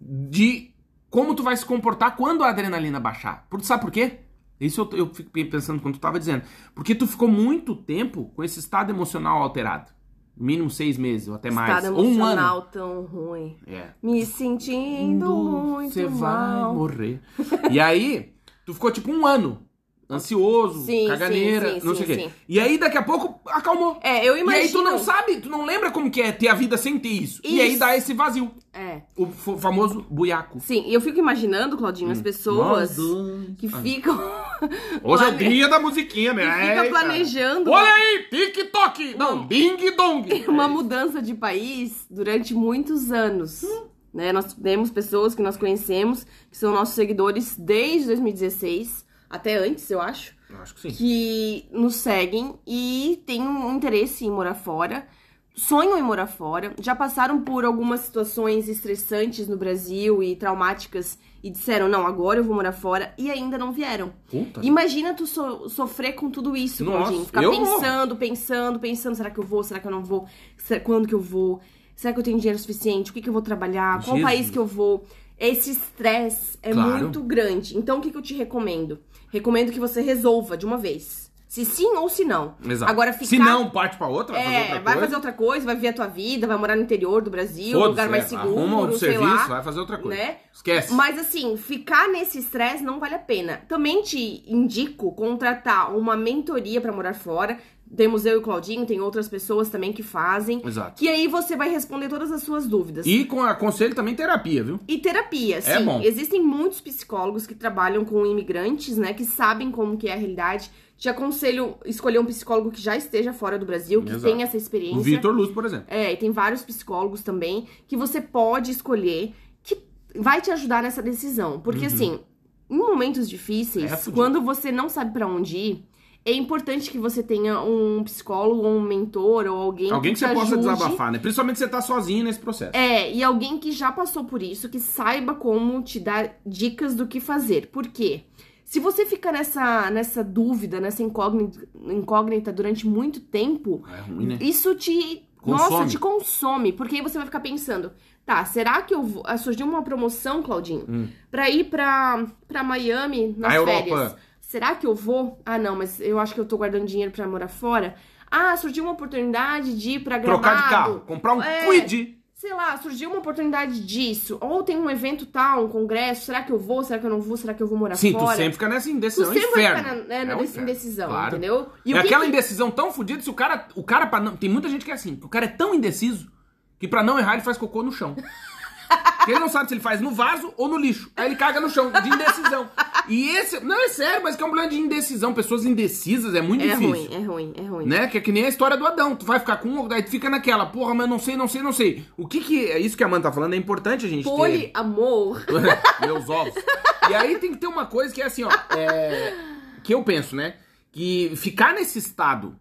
de como tu vai se comportar quando a adrenalina baixar. Porque, sabe por quê? Isso eu, eu fico pensando quando tu tava dizendo. Porque tu ficou muito tempo com esse estado emocional alterado. No mínimo seis meses ou até mais. Estado Ou um emocional ano. tão ruim. É. Me sentindo muito Você vai mal. morrer. E aí, tu ficou tipo um ano. Ansioso, Sim, caganeira, sim, sim, não sei o sim, quê. sim. E aí, daqui a pouco, acalmou. É, eu imagino... E aí tu não sabe, tu não lembra como que é ter a vida sem ter isso. E aí Isso. dá esse vazio. É. O f- famoso buiaco. Sim, e eu fico imaginando, Claudinho, as pessoas Nós dois. que Ah. ficam... Hoje é o plane- dia da musiquinha, né? que fica Eita. planejando Olha aí, TikTok! Não, Ding Dong! uma mudança de país durante muitos anos. Né? Nós temos pessoas que nós conhecemos, que são nossos seguidores desde dois mil e dezesseis, até antes, eu acho, Acho que sim. que nos seguem e têm um interesse em morar fora, sonham em morar fora, já passaram por algumas situações estressantes no Brasil e traumáticas e disseram, não, agora eu vou morar fora, e ainda não vieram. Puta. Imagina tu so- sofrer com tudo isso, Nossa, Claudinho. Ficar eu- pensando, pensando, pensando, será que eu vou, será que eu não vou, Será- quando que eu vou, será que eu tenho dinheiro suficiente, o que que eu vou trabalhar, qual Jesus. país que eu vou. Esse estresse é Claro. muito grande. Então, o que que eu te recomendo? Recomendo que você resolva de uma vez. Se sim ou se não. Exato. Agora, ficar... Se não, parte pra outra, vai fazer É, outra vai coisa. fazer outra coisa, vai viver a tua vida, vai morar no interior do Brasil, Foda-se, lugar mais é, seguro, arruma outro sei serviço, lá. vai fazer outra coisa. Né? Esquece. Mas assim, ficar nesse estresse não vale a pena. Também te indico contratar uma mentoria pra morar fora. Temos eu e o Claudinho, tem outras pessoas também que fazem. Exato. Que aí você vai responder todas as suas dúvidas. E com aconselho também terapia, viu? E terapia, sim. bom. Existem muitos psicólogos que trabalham com imigrantes, né? Que sabem como que é a realidade. Te aconselho escolher um psicólogo que já esteja fora do Brasil, que Exato. tenha essa experiência. O Vitor Luz, por exemplo. É, e tem vários psicólogos também que você pode escolher que vai te ajudar nessa decisão. Porque, assim, em momentos difíceis, É fudido. quando você não sabe pra onde ir, é importante que você tenha um psicólogo, um mentor ou alguém, Alguém que que você te possa ajude. desabafar, né? Principalmente se você tá sozinho nesse processo. É, e alguém que já passou por isso, que saiba como te dar dicas do que fazer. Por quê? Se você fica nessa, nessa dúvida, nessa incógnita, incógnita durante muito tempo, É ruim, né? isso te... Consome. Nossa, te consome. Porque aí você vai ficar pensando, tá, será que eu vou... ah, surgiu uma promoção, Claudinho, Hum. pra ir pra, pra Miami nas A Europa. férias. Será que eu vou? Ah, não, mas eu acho que eu tô guardando dinheiro pra morar fora. Ah, surgiu uma oportunidade de ir pra Gramado. Trocar de carro, comprar um É, Quid. Sei lá, surgiu uma oportunidade disso. Ou tem um evento tal, um congresso. Será que eu vou? Será que eu não vou? Será que eu vou morar Sim, fora? tu sempre fica nessa Tu indecisão, sempre vai inferno. ficar na, né, na É um desse- inferno. indecisão, Claro. entendeu? E é o que aquela que- indecisão tão fodida, se o cara, o cara pra não, tem muita gente que é assim, que o cara é tão indeciso, que pra não errar ele faz cocô no chão. Porque ele não sabe se ele faz no vaso ou no lixo. Aí ele caga no chão, de indecisão. E esse, não é sério, mas que é um problema de indecisão. Pessoas indecisas é muito É difícil. ruim, é ruim, é ruim. Né? Que é que nem a história do Adão. Tu vai ficar com um, daí tu fica naquela, porra, mas não sei, não sei, não sei. O que que, é isso que a Amanda tá falando, é importante a gente ter... Poliamor. Meus ovos. E aí tem que ter uma coisa que é assim, ó, é, que eu penso, né? Que ficar nesse estado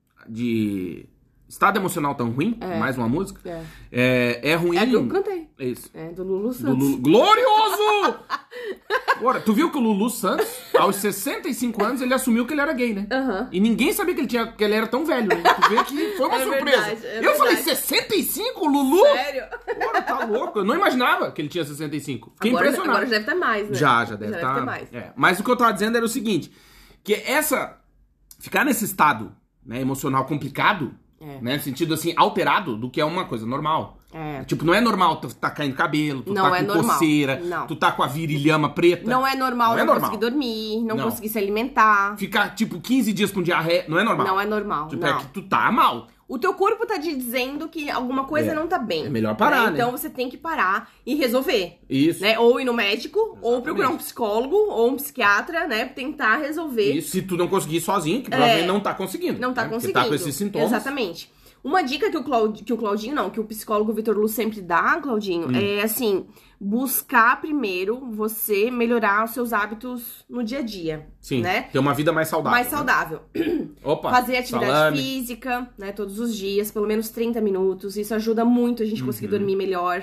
de... Estado emocional tão ruim, mais uma música, É. é, é ruim. É que eu cantei. É isso. É, do Lulu Do Santos. Lulu- Glorioso! Agora, tu viu que o Lulu Santos, aos sessenta e cinco anos, ele assumiu que ele era gay, né? Aham. E ninguém sabia que ele, tinha, que ele era tão velho, né? Tu vê que foi uma É surpresa. verdade, é eu falei, verdade. sessenta e cinco, Lulu? Sério? Porra, tá louco. Eu não imaginava que ele tinha sessenta e cinco. Fiquei Agora, impressionado. agora já deve estar mais, né? Já, já deve já estar. Deve ter mais. É. Mas o que eu tava dizendo era o seguinte: que essa. Ficar nesse estado, né, emocional complicado, É. né? No sentido assim, alterado do que é uma coisa normal. É. Tipo, não é normal tu tá caindo cabelo, tu Não tá com é normal. coceira, Não. tu tá com a virilhama preta. Não é normal Não não, é normal. conseguir dormir, não, Não. conseguir se alimentar. Ficar, tipo, quinze dias com diarreia, não é normal. Não é normal, Tipo, não. é que tu tá mal. O teu corpo tá te dizendo que alguma coisa É. não tá bem. É melhor parar, né? Então você tem que parar e resolver. Isso. Né? Ou ir no médico, ou Exatamente. procurar um psicólogo, ou um psiquiatra, né? Tentar resolver. E se tu não conseguir sozinho, que provavelmente É. não tá conseguindo. Não tá né? Porque conseguindo. tá com esses sintomas. Exatamente. Uma dica que o, Claud... que o Claudinho, não, que o psicólogo Vitor Lu sempre dá, Claudinho, Hum. é assim, buscar primeiro você melhorar os seus hábitos no dia a dia. Sim, Né? ter uma vida mais saudável. Mais né? saudável. Opa, Fazer atividade salame. física, né, todos os dias, pelo menos trinta minutos. Isso ajuda muito a gente conseguir Uhum. dormir melhor.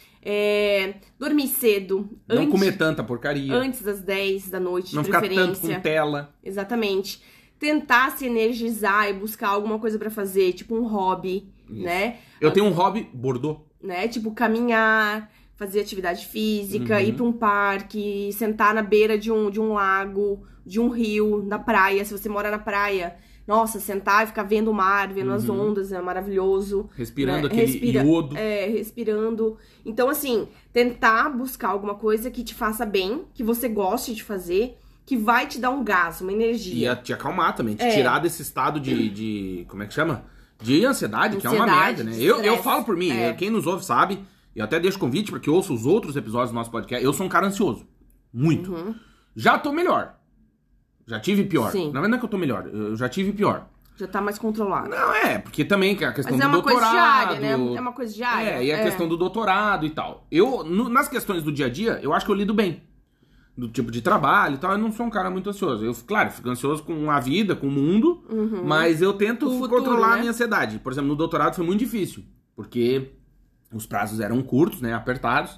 É, dormir cedo. Não antes, comer tanta porcaria. antes das dez da noite, de não ficar tanto preferência. com tela. Exatamente. Tentar se energizar e buscar alguma coisa pra fazer, tipo um hobby, né? Eu tenho um hobby, bordô. né? Tipo caminhar, fazer atividade física, Uhum. ir pra um parque, sentar na beira de um, de um lago, de um rio, na praia. Se você mora na praia, nossa, sentar e ficar vendo o mar, vendo as ondas, é maravilhoso. Respirando né? aquele Respira- iodo. É, respirando. Então, assim, tentar buscar alguma coisa que te faça bem, que você goste de fazer, que vai te dar um gás, uma E energia. ia te acalmar também, te É. tirar desse estado de, de. Como é que chama? De ansiedade, que é uma Ansiedade, merda, né? de Eu, eu estresse. falo por mim, É. quem nos ouve sabe, e eu até deixo convite para que ouça os outros episódios do nosso podcast. Eu sou um cara ansioso. Muito. Uhum. Já tô melhor. Já tive pior. Sim. Na verdade, não é que eu tô melhor, eu já tive pior. Já tá mais controlado. Não, é, porque também a questão Mas é do uma coisa doutorado. diária, né? É uma coisa diária. É, e a questão do doutorado e tal. Eu, no- nas questões do dia a dia, eu acho que eu lido bem. Do tipo de trabalho e tal, eu não sou um cara muito ansioso. Eu, claro, fico ansioso com a vida, com o mundo, mas eu tento Com o futuro, controlar a né? minha ansiedade. Por exemplo, no doutorado foi muito difícil, porque os prazos eram curtos, né, apertados.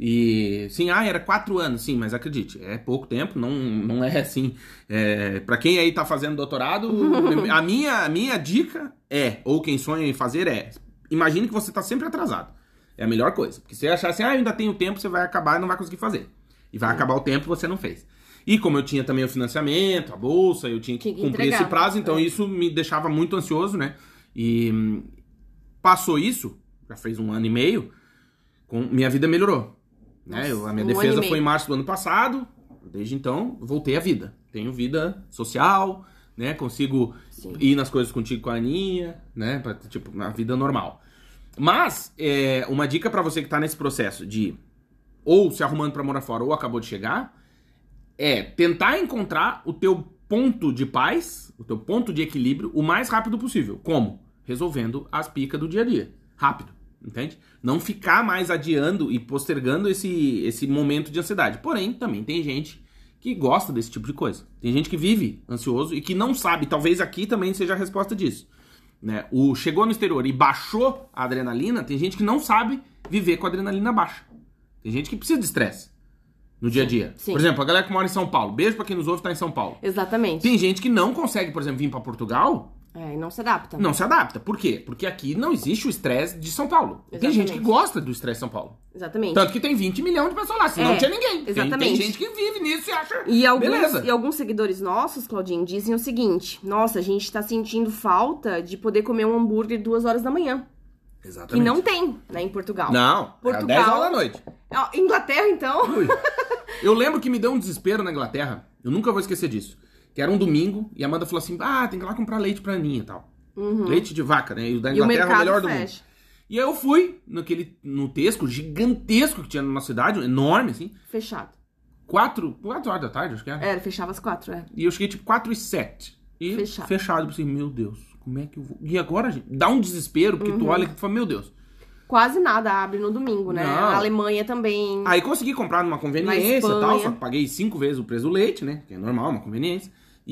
E, sim, ah, era quatro anos, sim, mas acredite, é pouco tempo, não, não é assim. É, para quem aí tá fazendo doutorado, a, minha, a minha dica é, ou quem sonha em fazer é, imagine que você tá sempre atrasado. É a melhor coisa. Porque se você achar assim, ah, eu ainda tenho tempo, você vai acabar e não vai conseguir fazer. E vai acabar o tempo e você não fez. E como eu tinha também o financiamento, a bolsa, eu tinha que, Tinha que cumprir entregar. esse prazo, então É. isso me deixava muito ansioso, né? E hum, passou isso, já fez um ano e meio, com, minha vida melhorou. Né? Nossa, Eu- a minha um ano defesa e meio. foi em março do ano passado, desde então voltei à vida. Tenho vida social, né? Consigo Sim. ir nas coisas contigo com a Aninha, né? Pra, tipo, uma vida normal. Mas, é, uma dica pra você que tá nesse processo de ou se arrumando pra morar fora ou acabou de chegar, é tentar encontrar o teu ponto de paz, o teu ponto de equilíbrio o mais rápido possível. Como? Resolvendo as picas do dia a dia. Rápido, entende? Não ficar mais adiando e postergando esse, esse momento de ansiedade. Porém, também tem gente que gosta desse tipo de coisa. Tem gente que vive ansioso e que não sabe. Talvez aqui também seja a resposta disso. Né? O chegou no exterior e baixou a adrenalina, tem gente que não sabe viver com a adrenalina baixa. Tem gente que precisa de estresse no dia a dia. sim. Por exemplo, a galera que mora em São Paulo. Beijo pra quem nos ouve e tá em São Paulo. Exatamente. Tem gente que não consegue, por exemplo, vir pra Portugal, É, e não se adapta. não se adapta. Por quê? Porque aqui não existe o estresse de São Paulo. Tem Exatamente. gente que gosta do estresse de São Paulo. Exatamente. Tanto que tem vinte milhões de pessoas lá, senão É, não tinha ninguém. Tem- exatamente. Tem, gente que vive nisso e acha. E alguns, Beleza. e alguns seguidores nossos, Claudinho, dizem o seguinte: nossa, a gente tá sentindo falta de poder comer um hambúrguer duas horas da manhã. Que Exatamente. não tem, né, em Portugal. Não, Portugal. é dez horas da noite. Ó, Inglaterra, então. Ui. Eu lembro que me deu um desespero na Inglaterra. Eu nunca vou esquecer disso. Que era um domingo e a Amanda falou assim: ah, tem que ir lá comprar leite pra Aninha e tal. Leite de vaca, né? E o da E o Inglaterra é o mercado melhor do mundo. fecha. E aí eu fui naquele, no Tesco gigantesco que tinha na nossa cidade, enorme assim. Fechado. Quatro, quatro horas da tarde, acho que era. Era, fechava às quatro, é. E eu cheguei tipo quatro e sete. E Fechado. fechado. Eu pensei, meu Deus, como é que eu vou... E agora, gente? Dá um desespero, porque Uhum. tu olha e tu fala, meu Deus. Quase nada abre no domingo, né? Não. A Alemanha também. Aí consegui comprar numa conveniência e Espanha. tal, só que paguei cinco vezes o preço do leite, né? Que é normal, uma conveniência.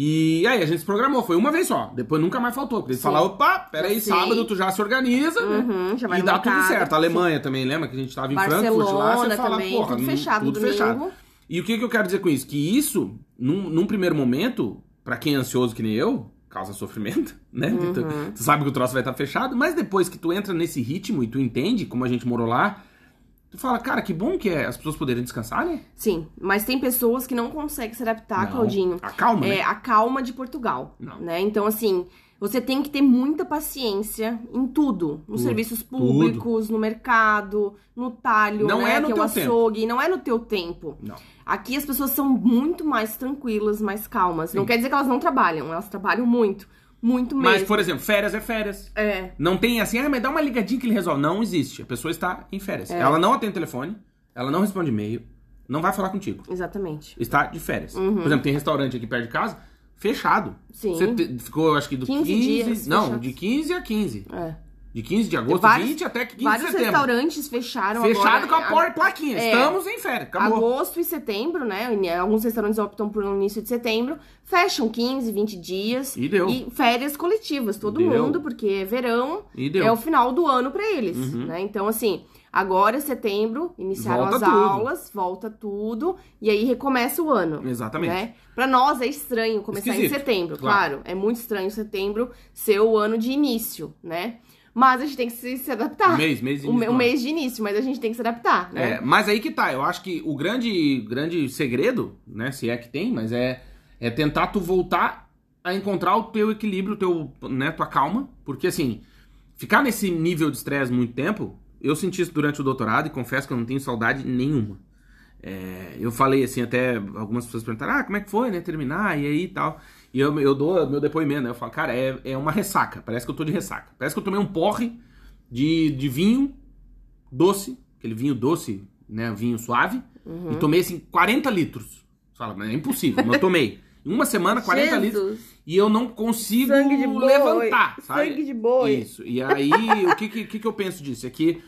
E aí a gente se programou, foi uma vez só. Depois nunca mais faltou. Porque eles Sim. falaram, opa, peraí, Já sei. sábado tu já se organiza, né? Uhum, já vai E no dá mercado. tudo certo. A Alemanha também, lembra que a gente tava em Frankfurt lá, você Barcelona fala, também, porra, tudo hum, fechado tudo domingo. fechado. E o que, que eu quero dizer com isso? Que isso, num, num primeiro momento, pra quem é ansioso que nem eu, causa sofrimento, né? Uhum. Tu, tu sabe que o troço vai estar fechado, mas depois que tu entra nesse ritmo e tu entende como a gente morou lá, tu fala, cara, que bom que é as pessoas poderem descansar, né? Sim, mas tem pessoas que não conseguem se adaptar, Não. Claudinho. A calma, É né? a calma de Portugal, Não. né? Então, assim, Você tem que ter muita paciência em tudo. Nos Tudo, serviços públicos, no mercado, no talho, Não né? é no que é o teu tempo. açougue. Não é no teu tempo. Não. Aqui as pessoas são muito mais tranquilas, mais calmas. Não quer dizer que elas não trabalham. Elas trabalham muito. Muito mesmo. Mas, por exemplo, férias é férias. É. Não tem assim, ah, mas dá uma ligadinha que ele resolve. Não existe. A pessoa está em férias. É. Ela não atende telefone, ela não responde e-mail, não vai falar contigo. Exatamente. Está de férias. Uhum. Por exemplo, tem restaurante aqui perto de casa, fechado. Sim. Você te- ficou, eu acho que do quinze quinze... dias não, fechados. de quinze a quinze. É. De quinze de agosto, Vários- vinte até quinze de Vários setembro. restaurantes fecharam Fechado agora. com a porta plaquinha. É. Estamos em férias. Acabou. Agosto e setembro, né? Alguns restaurantes optam por no início de setembro. Fecham quinze, vinte dias. E deu. E férias coletivas, todo Deu. mundo, porque é verão. E deu. É o final do ano pra eles, Uhum. né? Então, assim, agora setembro, iniciaram Volta as tudo. aulas, volta tudo. E aí recomeça o ano. Exatamente. Né? Pra nós é estranho começar Esquisito, em setembro, claro. claro. É muito estranho setembro ser o ano de início, né? Mas a gente tem que se, se adaptar. Mês, mês de o, início me- do o ano. mês de início, mas a gente tem que se adaptar, né? É, mas aí que tá, eu acho que o grande, grande segredo, né, se é que tem, mas é, é tentar tu voltar a encontrar o teu equilíbrio, o teu, né, tua calma, porque assim, ficar nesse nível de estresse muito tempo, eu senti isso durante o doutorado e confesso que eu não tenho saudade nenhuma. É, eu falei assim, até algumas pessoas perguntaram, ah, como é que foi, né, terminar, e aí e tal. E eu, eu dou meu depoimento, né, eu falo, cara, é, é uma ressaca, parece que eu tô de ressaca. Parece que eu tomei um porre de, de vinho doce, aquele vinho doce, né, vinho suave, Uhum. e tomei assim quarenta litros. Você fala, mas é impossível, mas eu tomei. Em uma semana, quarenta litros, Jesus. e eu não consigo Sangue de boi. levantar, sabe? Sangue de boi. Isso, e aí, o que, que, que eu penso disso? É que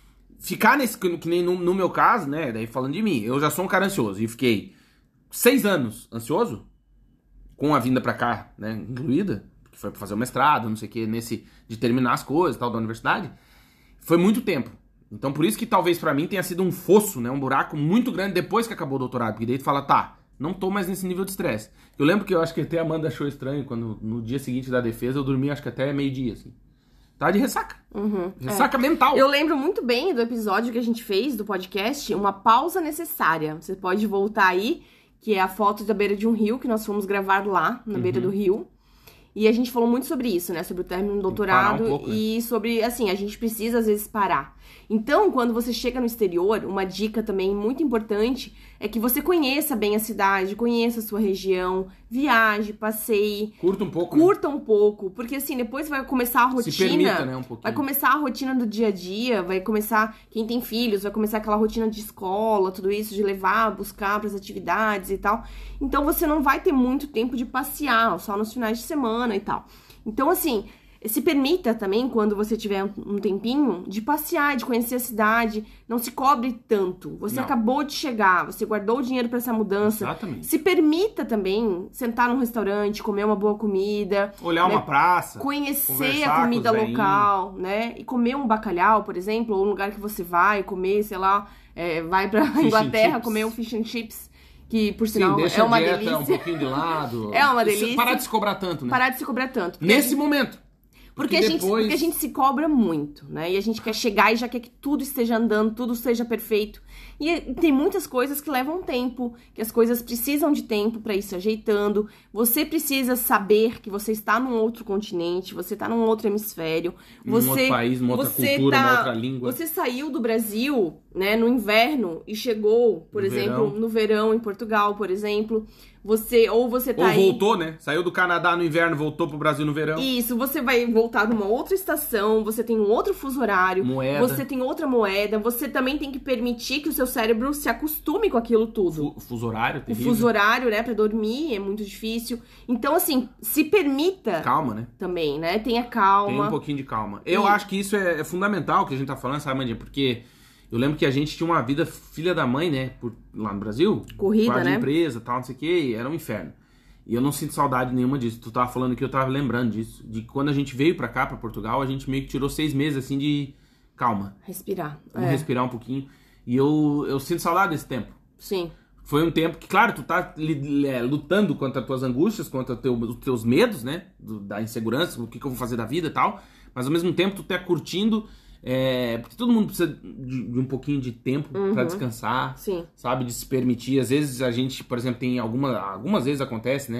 ficar nesse, que nem no, no meu caso, né, daí falando de mim, eu já sou um cara ansioso, e fiquei seis anos ansioso, com a vinda pra cá, né, incluída, que foi pra fazer o mestrado, não sei o que, nesse, de terminar as coisas, tal, da universidade, foi muito tempo. Então, por isso que talvez pra mim tenha sido um fosso, né, um buraco muito grande depois que acabou o doutorado, porque daí tu fala, tá, não tô mais nesse nível de estresse. Eu lembro que eu acho que até a Amanda achou estranho, quando no dia seguinte da defesa eu dormi acho que até meio-dia, assim. Tava de ressaca. Uhum, Ressaca mental. Eu lembro muito bem do episódio que a gente fez do podcast, Uma Pausa Necessária. Você pode voltar aí, que é a foto da beira de um rio, que nós fomos gravar lá, na beira do rio. E a gente falou muito sobre isso, né? Sobre o término do doutorado parar um pouco, né? e sobre, assim, a gente precisa às vezes parar. Então, quando você chega no exterior, uma dica também muito importante é que você conheça bem a cidade, conheça a sua região, viaje, passeie, Curta um pouco, né? curta um pouco, porque assim, depois vai começar a rotina. Se permita, né, um pouquinho. Vai começar a rotina do dia a dia, vai começar, quem tem filhos, vai começar aquela rotina de escola, tudo isso, de levar, buscar para as atividades e tal. Então você não vai ter muito tempo de passear, só nos finais de semana e tal. Então, assim, se permita também, quando você tiver um tempinho, de passear, de conhecer a cidade. Não se cobre tanto. Você Não. acabou de chegar, você guardou o dinheiro para essa mudança. Exatamente. Se permita também sentar num restaurante, comer uma boa comida. Olhar né? uma praça. Conhecer conversar a com comida os velhinhos. local, né? E comer um bacalhau, por exemplo, ou um lugar que você vai comer, sei lá, é, vai pra and Inglaterra chips. comer um fish and chips, que por Sim, sinal deixa é uma a dieta delícia. um pouquinho de lado. É uma Isso, delícia. Parar de se cobrar tanto, né? Parar de se cobrar tanto. Porque Nesse momento. Porque, Porque a gente, depois- porque a gente se cobra muito, né? E a gente quer chegar e já quer que tudo esteja andando, tudo seja perfeito. E tem muitas coisas que levam tempo, que as coisas precisam de tempo pra ir se ajeitando. Você precisa saber que você está num outro continente, você está num outro hemisfério. Num Você, outro país, uma outra você cultura, tá- uma outra língua. Você saiu do Brasil, né, no inverno e chegou, por No exemplo, verão. no verão em Portugal, por exemplo. Você ou você tá Ou aí voltou, né? Saiu do Canadá no inverno, voltou pro Brasil no verão. isso, você vai voltar numa outra estação, você tem um outro fuso horário, Moeda. você tem outra moeda, você também tem que permitir que o seu cérebro se acostume com aquilo tudo. Fu- Fuso horário, O terrível. fuso horário, né, pra dormir é muito difícil. Então, assim, se permita Calma, né? também, né? Tenha Tem calma. um pouquinho de calma. Eu E- acho que isso é, é fundamental que a gente tá falando, sabe, Mandinha? Porque eu lembro que a gente tinha uma vida filha da mãe, né? Por- lá no Brasil. Corrida, Quarto de né? empresa, tal, não sei o que, era um inferno. E eu não sinto saudade nenhuma disso. Tu tava falando que eu tava lembrando disso. De que quando a gente veio pra cá, pra Portugal, a gente meio que tirou seis meses, assim, de calma. Respirar. Vamos É, respirar um pouquinho. E eu, eu sinto saudade desse tempo. sim. Foi um tempo que, claro, tu tá li- é, lutando contra as tuas angústias, contra teu, os teus medos, né? Do- da insegurança, o que, que eu vou fazer da vida e tal. Mas ao mesmo tempo tu tá curtindo. É, porque todo mundo precisa de, de um pouquinho de tempo pra descansar. Sim. Sabe? De se permitir. Às vezes a gente, por exemplo, tem alguma, algumas vezes acontece, né?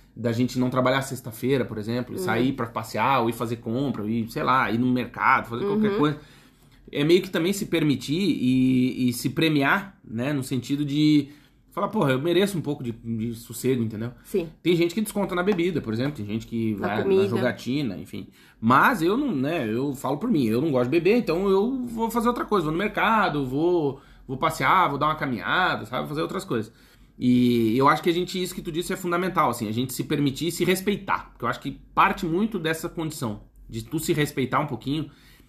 da gente não trabalhar sexta-feira, por exemplo, e Uhum. sair pra passear, ou ir fazer compra, ou ir, sei lá, ir no mercado, fazer Uhum. qualquer coisa. É meio que também se permitir e, e se premiar, né? No sentido de falar, porra, eu mereço um pouco de, de sossego, entendeu? Sim. Tem gente que desconta na bebida, por exemplo, tem gente que Na vai na comida. jogatina, enfim. Mas eu não, né, eu falo por mim, eu não gosto de beber, então eu vou fazer outra coisa, vou no mercado, vou, vou passear, vou dar uma caminhada, sabe, fazer outras coisas. E eu acho que a gente, isso que tu disse é fundamental, assim, a gente se permitir e se respeitar, porque eu acho que parte muito dessa condição, de tu se respeitar um pouquinho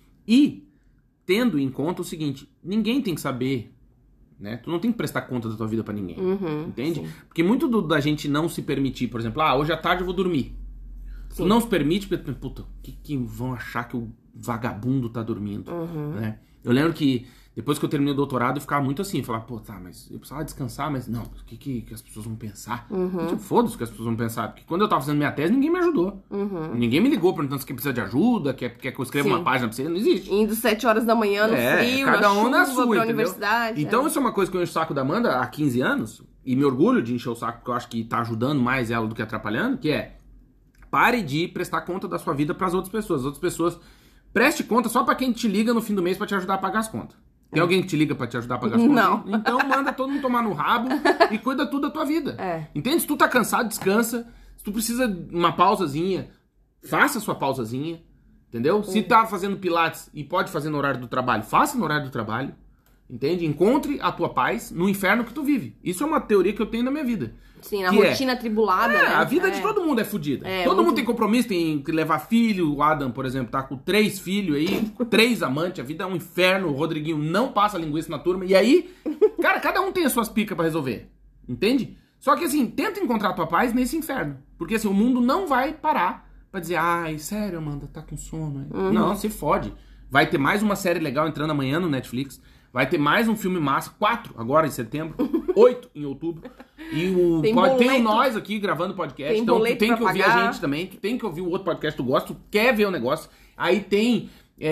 e tendo em conta o seguinte, ninguém tem que saber, né? Tu não tem que prestar conta da tua vida pra ninguém, Uhum, entende? sim. Porque muito do- da gente não se permitir, por exemplo, ah, hoje à tarde eu vou dormir. Sim. Tu não se permite, porque, puta, o que, que vão achar que o vagabundo tá dormindo, Uhum. né? Eu lembro que depois que eu terminei o doutorado, eu ficava muito assim, falava, pô, tá, mas eu precisava descansar, mas não, o que, que, que as pessoas vão pensar? Uhum. Tipo, foda-se o que as pessoas vão pensar, porque quando eu tava fazendo minha tese, ninguém me ajudou. Uhum. Ninguém me ligou perguntando se precisa de ajuda, quer, quer que eu escreva Sim. uma página pra você, não existe. Indo sete horas da manhã no É, frio, cada na um chuva, na sua, pra entendeu? universidade. Então é. isso é uma coisa que eu encho o saco da Amanda há quinze anos, e me orgulho de encher o saco, porque eu acho que tá ajudando mais ela do que atrapalhando, que é, pare de prestar conta da sua vida pras outras pessoas. As outras pessoas, preste conta só pra quem te liga no fim do mês pra te ajudar a pagar as contas. Tem alguém que te liga pra te ajudar a pagar as contas? Não. Então manda todo mundo tomar no rabo e cuida tudo da tua vida. É. Entende? Se tu tá cansado, descansa. Se tu precisa de uma pausazinha, faça a sua pausazinha. Entendeu? Se tá fazendo pilates e pode fazer no horário do trabalho, faça no horário do trabalho. Entende? Encontre a tua paz no inferno que tu vive. Isso é uma teoria que eu tenho na minha vida. Sim, na que é- rotina atribulada, É, né? a vida É. de todo mundo é fodida. É, todo muito- mundo tem compromisso, tem que levar filho. O Adam, por exemplo, tá com três filhos aí, três amantes. A vida é um inferno. O Rodriguinho não passa linguiça na turma. E aí, cara, cada um tem as suas picas pra resolver. Entende? Só que assim, tenta encontrar a tua paz nesse inferno. Porque assim, o mundo não vai parar pra dizer, ai, sério, Amanda, tá com sono. Aí. Uhum. Não, se fode. Vai ter mais uma série legal entrando amanhã no Netflix. Vai ter mais um filme massa, quatro agora em setembro, oito em outubro. E o Tem pode, tem boleto. nós aqui gravando podcast, Tem então tu boleto tem pra que ouvir pagar. a gente também, tu tem que ouvir o outro podcast que tu gosta, tu quer ver o negócio. Aí tem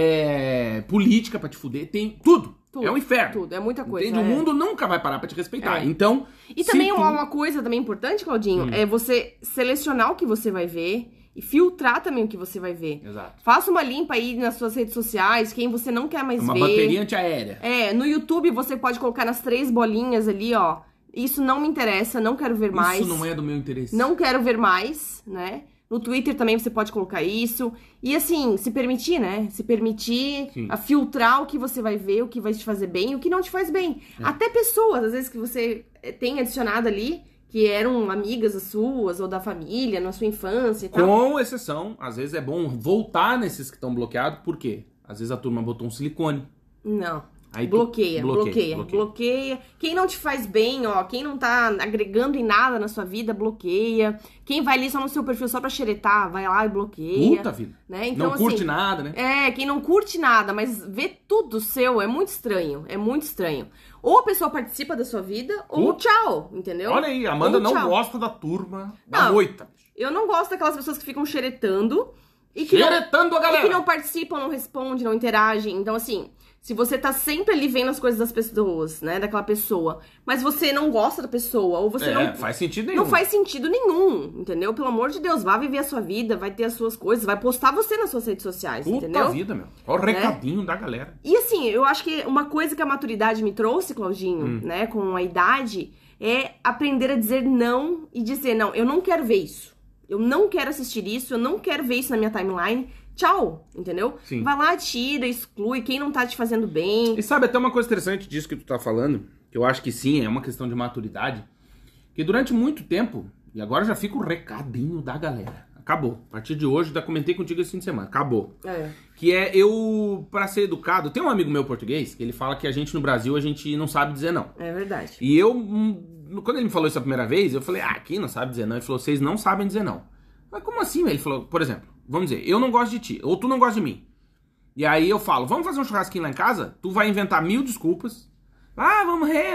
é, política pra te fuder, tem tudo. Tudo, É um inferno. tudo, é muita coisa, Entende? é. O mundo nunca vai parar pra te respeitar. É. Então, E se também tu- uma, uma coisa também importante, Claudinho, Hum. é você selecionar o que você vai ver e filtrar também o que você vai ver. Exato. Faça uma limpa aí nas suas redes sociais, quem você não quer mais Uma ver. bateria antiaérea. É, no YouTube você pode colocar nas três bolinhas ali, ó. Isso não me interessa, não quero ver mais. Isso não é do meu interesse. Não quero ver mais, né? No Twitter também você pode colocar isso. E assim, se permitir, né? Se permitir Sim. a filtrar o que você vai ver, o que vai te fazer bem e o que não te faz bem. É. Até pessoas, às vezes, que você eh, tem adicionado ali, que eram amigas as suas ou da família, na sua infância e tal. Com exceção, às vezes é bom voltar nesses que estão bloqueados, por quê? Às vezes a turma botou um silicone. Não. Aí tu- bloqueia, bloqueia, bloqueia, bloqueia. bloqueia. Quem não te faz bem, ó, quem não tá agregando em nada na sua vida, bloqueia. Quem vai ali só no seu perfil só pra xeretar, vai lá e bloqueia. Puta vida. Né? Então, não curte assim, nada, né? É, quem não curte nada, mas vê tudo seu, é muito estranho, é muito estranho. Ou a pessoa participa da sua vida, ou Uh. tchau, entendeu? Olha aí, a Amanda Ou não tchau. gosta da turma da Não. moita. Eu não gosto daquelas pessoas que ficam xeretando e que, não, Xeretando a e galera. que não participam, não respondem, não interagem. Então, assim, se você tá sempre ali vendo as coisas das pessoas, né, daquela pessoa, mas você não gosta da pessoa, ou você É, não... faz sentido nenhum. Não faz sentido nenhum, entendeu? Pelo amor de Deus, vá viver a sua vida, vai ter as suas coisas, vai postar você nas suas redes sociais, Puta entendeu? vida, meu. Olha o recadinho da galera. E assim, eu acho que uma coisa que a maturidade me trouxe, Claudinho, Hum. né, com a idade, é aprender a dizer não e dizer, não, eu não quero ver isso. Eu não quero assistir isso, eu não quero ver isso na minha timeline. Tchau, entendeu? Sim. Vai lá, tira, exclui, quem não tá te fazendo bem. E sabe, até uma coisa interessante disso que tu tá falando, que eu acho que sim, é uma questão de maturidade, que durante muito tempo, e agora já fica o recadinho da galera. Acabou. A partir de hoje, já comentei contigo esse fim de semana. Acabou. É. Que é eu, pra ser educado, tem um amigo meu português, que ele fala que a gente no Brasil, a gente não sabe dizer não. É verdade. E eu, hum, quando ele me falou isso a primeira vez, eu falei, ah, aqui não sabe dizer não. Ele falou, vocês não sabem dizer não. Mas como assim? Ele falou, por exemplo, vamos dizer, eu não gosto de ti, ou tu não gosta de mim. E aí eu falo, vamos fazer um churrasquinho lá em casa? Tu vai inventar mil desculpas. Ah, vamos re...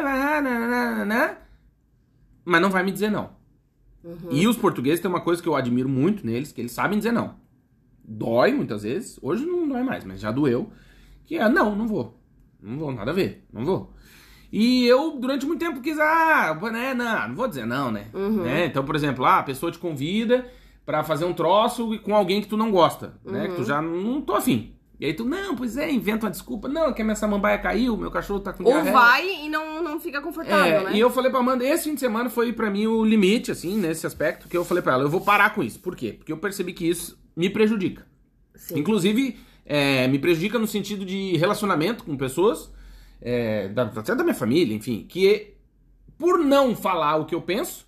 né? Mas não vai me dizer não. Uhum. E os portugueses tem uma coisa que eu admiro muito neles, que eles sabem dizer não. Dói muitas vezes, hoje não dói mais, mas já doeu. Que é, não, não vou. Não vou, nada a ver, não vou. E eu, durante muito tempo, quis, ah, né, não, não vou dizer não, né? Uhum. né? Então, por exemplo, ah, a pessoa te convida pra fazer um troço com alguém que tu não gosta, né? Que tu já não tô afim. E aí tu, não, pois é, inventa uma desculpa. Não, que a minha samambaia caiu, meu cachorro tá com Ou diarreia. vai e não, não fica confortável, É, né? e eu falei pra Amanda, esse fim de semana foi pra mim o limite, assim, nesse aspecto, que eu falei pra ela, eu vou parar com isso. Por quê? Porque eu percebi que isso me prejudica. Sim. Inclusive, é, me prejudica no sentido de relacionamento com pessoas, é, da, até da minha família, enfim, que por não falar o que eu penso,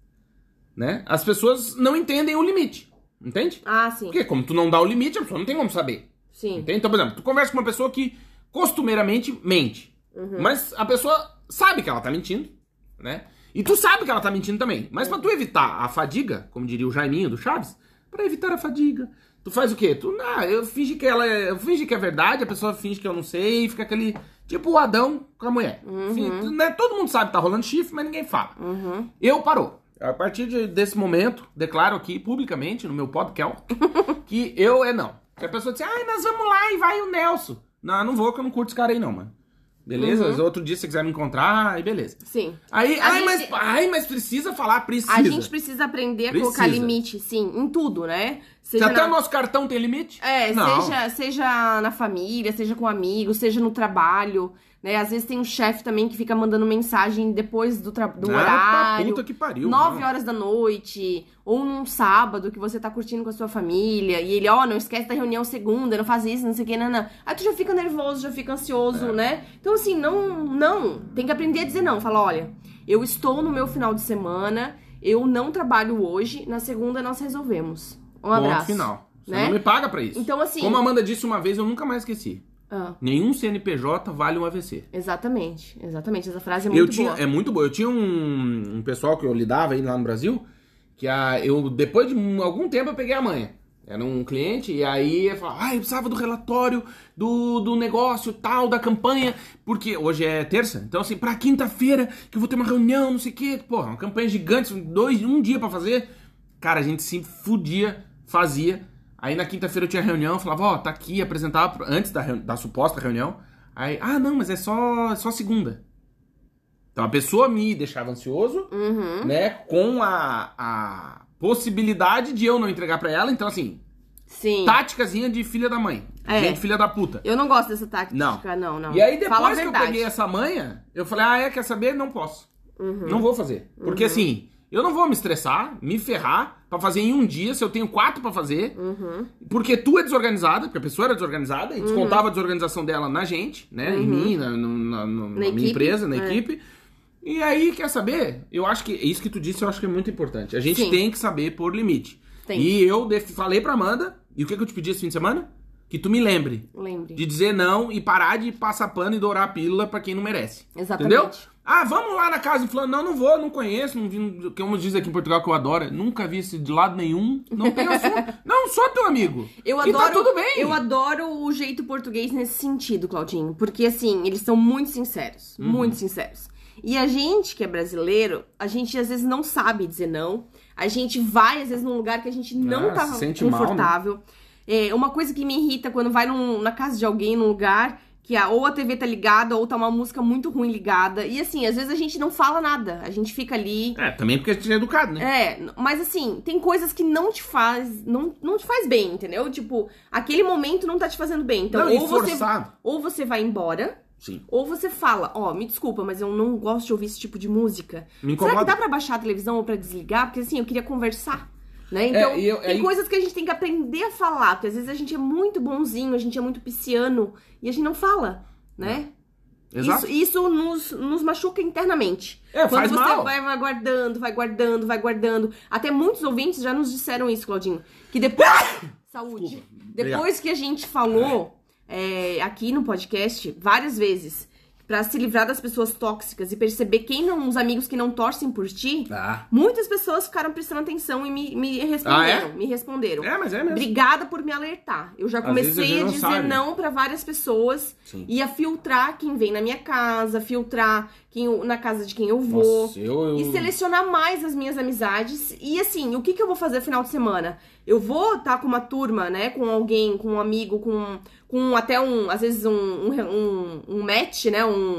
né, as pessoas não entendem o limite, entende? Ah, sim. Porque como tu não dá o limite, a pessoa não tem como saber. Sim. Entende? Então, por exemplo, tu conversa com uma pessoa que costumeiramente mente, Uhum. mas a pessoa sabe que ela tá mentindo, né? E tu sabe que ela tá mentindo também. Mas pra tu evitar a fadiga, como diria o Jaiminho do Chaves, pra evitar a fadiga, tu faz o quê? Tu, ah, eu finge que ela é, eu finge que é verdade, a pessoa finge que eu não sei, e fica aquele, tipo o Adão com a mulher. Finge, né? Todo mundo sabe que tá rolando chifre, mas ninguém fala. Uhum. Eu parou. A partir de- desse momento, declaro aqui publicamente, no meu podcast, que eu é não. Se a pessoa disser, ai, nós vamos lá e vai o Nelson. Não, eu não vou, que eu não curto esse cara aí não, mano. Beleza? Uhum. Outro dia, se você quiser me encontrar, aí beleza. Sim. Aí, A ai, gente- mas, ai, mas precisa falar, precisa. A gente precisa aprender a Precisa. colocar limite, sim, em tudo, né? Se Seja até na- o nosso cartão tem limite? É, Não. seja, seja na família, seja com amigos, seja no trabalho, né? Às vezes tem um chefe também que fica mandando mensagem depois do, tra- do Ah, horário. pra puta que pariu. nove não. horas da noite, ou num sábado que você tá curtindo com a sua família, e ele, ó, não esquece da reunião segunda, não faz isso, não sei o que, não, não. Aí tu já fica nervoso, já fica ansioso, É. né? Então, assim, não, não, tem que aprender a dizer não. Fala, olha, eu estou no meu final de semana, eu não trabalho hoje, na segunda nós resolvemos. Um Ponto abraço. final. Você né? não me paga pra isso. Então, assim- Como a Amanda disse uma vez, eu nunca mais esqueci. Ah, Nenhum C N P J vale um A V C. exatamente, exatamente. Essa frase é muito Eu tinha, boa. é muito boa. Eu tinha um, um pessoal que eu lidava aí lá no Brasil, que a, eu, depois de um- algum tempo, eu peguei a manha. Era um cliente, e aí eu falava, ah, eu precisava do relatório do, do negócio tal, da campanha, porque hoje é terça, então assim, pra quinta-feira, que eu vou ter uma reunião, não sei o quê, porra, uma campanha gigante, dois, um dia pra fazer. Cara, a gente se fudia, fazia. Aí na quinta-feira eu tinha reunião, eu falava, ó, tá aqui, apresentava antes da, reu- da suposta reunião. Aí, ah, não, mas é só, é só segunda. Então a pessoa me deixava ansioso, Uhum. né, com a, a possibilidade de eu não entregar pra ela. Então, assim, Sim. táticazinha de filha da mãe. É. Gente, filha da puta. Eu não gosto dessa tática, Não. não, não. E aí, Fala a depois que eu verdade. peguei essa manha, eu falei, ah, é, quer saber? Não posso. Uhum. Não vou fazer. Porque, assim, eu não vou me estressar, me ferrar pra fazer em um dia, se eu tenho quatro pra fazer. Uhum. Porque tu é desorganizada, porque a pessoa era desorganizada, e descontava a desorganização dela na gente, né? Em mim, na, no- na- no- na minha equipe, empresa, na é. equipe. E aí, quer saber? Eu acho que isso que tu disse, eu acho que é muito importante. A gente Sim. tem que saber pôr limite. Tem. E eu def- falei pra Amanda, e o que, que eu te pedi esse fim de semana? Que tu me lembre Lembre. de dizer não e parar de passar pano e dourar a pílula pra quem não merece. Exatamente. Entendeu? Ah, vamos lá na casa do fulano. Não, não vou, não conheço. Não vi, como diz aqui em Portugal que eu adoro. Nunca vi esse de lado nenhum. Não tem assunto. Não sou teu amigo. Eu E adoro, tá tudo bem. eu adoro o jeito português nesse sentido, Claudinho. Porque, assim, eles são muito sinceros. Uhum. Muito sinceros. E a gente, que é brasileiro, a gente às vezes não sabe dizer não. A gente vai, às vezes, num lugar que a gente não Ah, tá se sente mal, né? confortável. É, uma coisa que me irrita quando vai num- na casa de alguém, num lugar que a, ou a T V tá ligada ou tá uma música muito ruim ligada. E, assim, às vezes a gente não fala nada. A gente fica ali... É, também porque a gente é educado, né? É, mas assim, tem coisas que não te faz, não, não te faz bem, entendeu? Tipo, aquele momento não tá te fazendo bem. Então, Não, e ou você, forçado. ou você vai embora, Sim. ou você fala, ó, me desculpa, mas eu não gosto de ouvir esse tipo de música. Me Será incomoda. que dá pra baixar a televisão ou pra desligar? Porque assim, eu queria conversar, né? Então, É, e eu- tem aí- coisas que a gente tem que aprender a falar, porque às vezes a gente é muito bonzinho, a gente é muito pisciano, e a gente não fala, né? Exato. Isso, isso nos, nos machuca internamente. É, Quando faz você mal. vai, vai guardando, vai guardando, vai guardando. Até muitos ouvintes já nos disseram isso, Claudinho. Que depois. Saúde. Desculpa. Depois que a gente falou é, aqui no podcast várias vezes pra se livrar das pessoas tóxicas e perceber quem não, os amigos que não torcem por ti, Ah. muitas pessoas ficaram prestando atenção e me, me responderam. Ah, é? Me responderam. É, mas é mesmo. Obrigada por me alertar. Eu já Às vezes a comecei gente a não dizer sabe. não pra várias pessoas Sim. e a filtrar quem vem na minha casa, filtrar quem eu- na casa de quem eu vou. Nossa, eu, eu... E selecionar mais as minhas amizades. E assim, o que, que eu vou fazer no final de semana? Eu vou estar com uma turma, né? Com alguém, com um amigo, com, com até um, às vezes, um, um, um, um match, né? Um,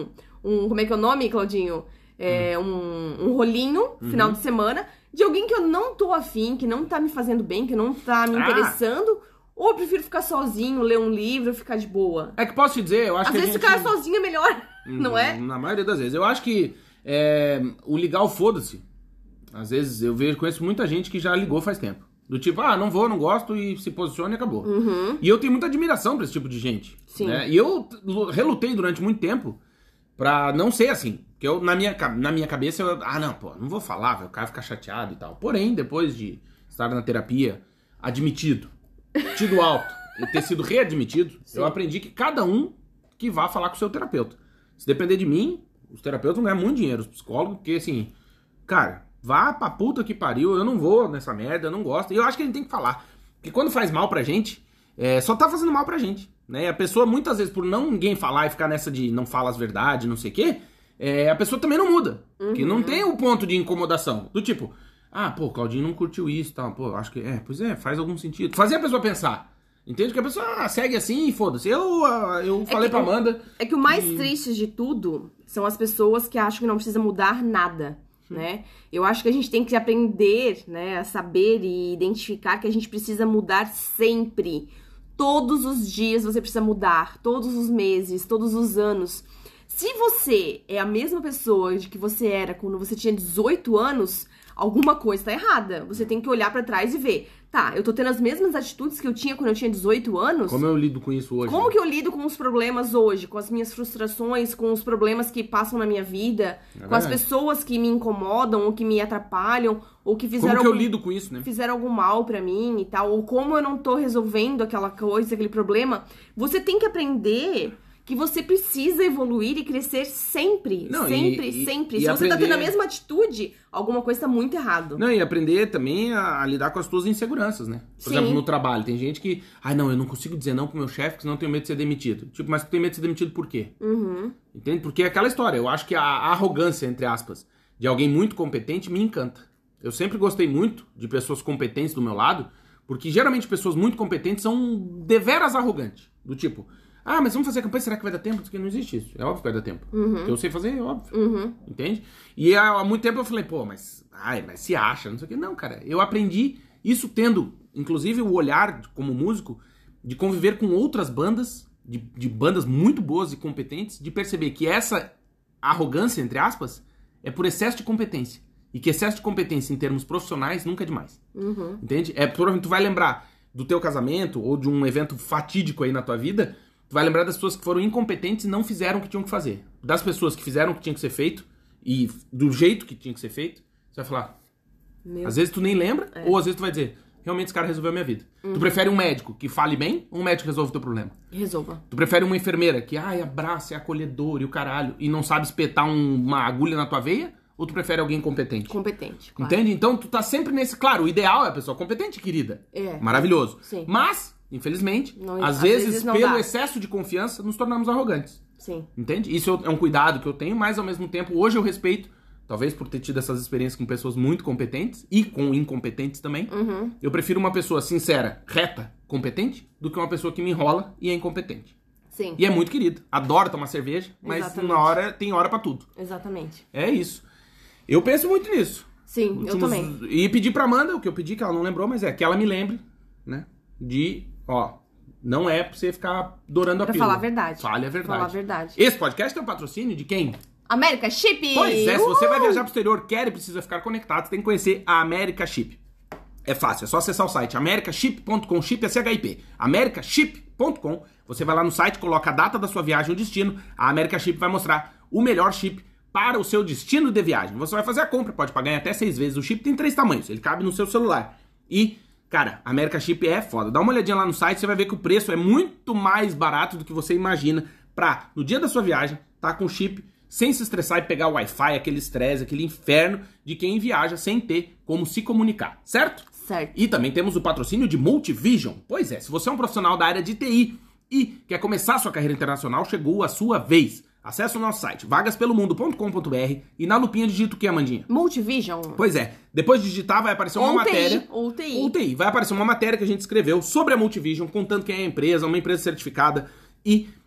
um... Como é que é o nome, Claudinho? É, um, um rolinho, final de semana, de alguém que eu não tô afim, que não tá me fazendo bem, que não tá me Ah. interessando, ou eu prefiro ficar sozinho, ler um livro, ficar de boa. É que posso te dizer, eu acho Às que a vezes gente... ficar sozinho é melhor, não é? Na maioria das vezes. Eu acho que é, o ligar o foda-se, às vezes eu vejo, conheço muita gente que já ligou faz tempo. Do tipo, ah, não vou, não gosto, e se posiciona e acabou. Uhum. E eu tenho muita admiração pra esse tipo de gente. Sim. Né? E eu relutei durante muito tempo pra não ser assim. Porque eu, na minha, na minha cabeça, eu, ah, não, pô, não vou falar, o cara ficar chateado e tal. Porém, depois de estar na terapia, admitido, tido alto e ter sido readmitido, Sim. eu aprendi que cada um que vá falar com o seu terapeuta. Se depender de mim, os terapeutas não ganham muito dinheiro, os psicólogos, porque assim, cara, vá pra puta que pariu, eu não vou nessa merda, eu não gosto. E eu acho que a gente tem que falar. Porque quando faz mal pra gente, é, só tá fazendo mal pra gente. Né? E a pessoa, muitas vezes, por não ninguém falar e ficar nessa de não fala as verdades, não sei o quê, é, a pessoa também não muda. Uhum. Porque não tem o ponto de incomodação. Do tipo, ah, pô, Claudinho não curtiu isso e tal. Pô, acho que, é, pois é, faz algum sentido. Fazer a pessoa pensar. Entende? Que a pessoa ah, segue assim e foda-se. Eu, ah, eu falei que, pra Amanda... É que o mais e... triste de tudo são as pessoas que acham que não precisa mudar nada, né? Eu acho que a gente tem que aprender, né, a saber e identificar que a gente precisa mudar sempre. Todos os dias você precisa mudar, todos os meses, todos os anos. Se você é a mesma pessoa de que você era quando você tinha dezoito anos, alguma coisa tá errada. Você tem que olhar pra trás e ver, tá, eu tô tendo as mesmas atitudes que eu tinha quando eu tinha dezoito anos? Como eu lido com isso hoje? Como né? que eu lido com os problemas hoje? Com as minhas frustrações, com os problemas que passam na minha vida, É com as verdade. pessoas que me incomodam, ou que me atrapalham, ou que fizeram Como que eu algum- lido com isso, né? fizeram algum mal pra mim e tal, ou como eu não tô resolvendo aquela coisa, aquele problema. Você tem que aprender que você precisa evoluir e crescer sempre, Não, e- sempre, e- sempre. e Se você tá aprender- tendo a mesma atitude, alguma coisa tá muito errado. Não, e aprender também a, a lidar com as tuas inseguranças, né? Por Sim. exemplo, no trabalho, tem gente que, ah, não, eu não consigo dizer não pro meu chefe, porque senão eu tenho medo de ser demitido. Tipo, mas tu tem medo de ser demitido por quê? Uhum. Entende? Porque é aquela história, eu acho que a, a arrogância, entre aspas, de alguém muito competente me encanta. Eu sempre gostei muito de pessoas competentes do meu lado, porque geralmente pessoas muito competentes são deveras arrogantes. Do tipo, ah, mas vamos fazer a campanha, será que vai dar tempo? Porque não existe isso. É óbvio que vai dar tempo. Uhum. O que eu sei fazer, é óbvio. Uhum. Entende? E há, há muito tempo eu falei, pô, mas, ai, mas se acha, não sei o quê. Não, cara, eu aprendi isso tendo, inclusive, o olhar como músico, de conviver com outras bandas, de, de bandas muito boas e competentes, de perceber que essa arrogância, entre aspas, é por excesso de competência. E que excesso de competência em termos profissionais nunca é demais. Uhum. Entende? É, provavelmente tu vai lembrar do teu casamento ou de um evento fatídico aí na tua vida, tu vai lembrar das pessoas que foram incompetentes e não fizeram o que tinham que fazer. Das pessoas que fizeram o que tinha que ser feito e do jeito que tinha que ser feito, você vai falar, Meu às vezes tu nem lembra, É. ou às vezes tu vai dizer, realmente esse cara resolveu a minha vida. Tu prefere um médico que fale bem ou um médico que resolve o teu problema? Resolva. Tu prefere uma enfermeira que, ai, abraça, é acolhedor e o caralho, e não sabe espetar um- uma agulha na tua veia? Ou tu prefere alguém competente? Competente, claro. Entende? Então tu tá sempre nesse... Claro, o ideal é a pessoa competente, querida. É. Maravilhoso. Sim. Mas, infelizmente, Não- às às vezes, vezes não pelo dá. excesso de confiança, nos tornamos arrogantes. Sim. Entende? Isso é um cuidado que eu tenho, mas ao mesmo tempo, hoje eu respeito, talvez por ter tido essas experiências com pessoas muito competentes e com incompetentes também. Uhum. Eu prefiro uma pessoa sincera, reta, competente, do que uma pessoa que me enrola e é incompetente. Sim. E é muito querido. Adoro tomar cerveja, mas Exatamente. na hora tem hora pra tudo. Exatamente. É isso. Eu penso muito nisso. Sim, eu Últimos- também. E pedi pra Amanda, o que eu pedi, que ela não lembrou, mas é que ela me lembre, né? De, ó, não é pra você ficar adorando a Pra pílula. falar a verdade. Fale a verdade. Falar a verdade. Esse podcast é um patrocínio de quem? América Chip! Pois é, se você Uhul! vai viajar pro exterior, quer e precisa ficar conectado, você tem que conhecer a America Chip. É fácil, é só acessar o site americaship ponto com, chip é C H I P, americaship ponto com. Você vai lá no site, coloca a data da sua viagem e o destino, a America Chip vai mostrar o melhor chip para o seu destino de viagem. Você vai fazer a compra, pode pagar em até seis vezes. O chip tem três tamanhos, ele cabe no seu celular. E, cara, a America Chip é foda. Dá uma olhadinha lá no site, você vai ver que o preço é muito mais barato do que você imagina pra, no dia da sua viagem, tá com o chip sem se estressar e pegar o Wi-Fi, aquele estresse, aquele inferno de quem viaja sem ter como se comunicar, certo? Certo. E também temos o patrocínio de Multivision. Pois é, se você é um profissional da área de T I e quer começar sua carreira internacional, chegou a sua vez. Acesse o nosso site, vagas pelo mundo ponto com ponto b r, e na lupinha digita o que, Amandinha? Multivision. Pois é, depois de digitar vai aparecer uma Ou T I, matéria... ou T I. Ou T I. Vai aparecer uma matéria que a gente escreveu sobre a Multivision, contando quem é a empresa, uma empresa certificada, e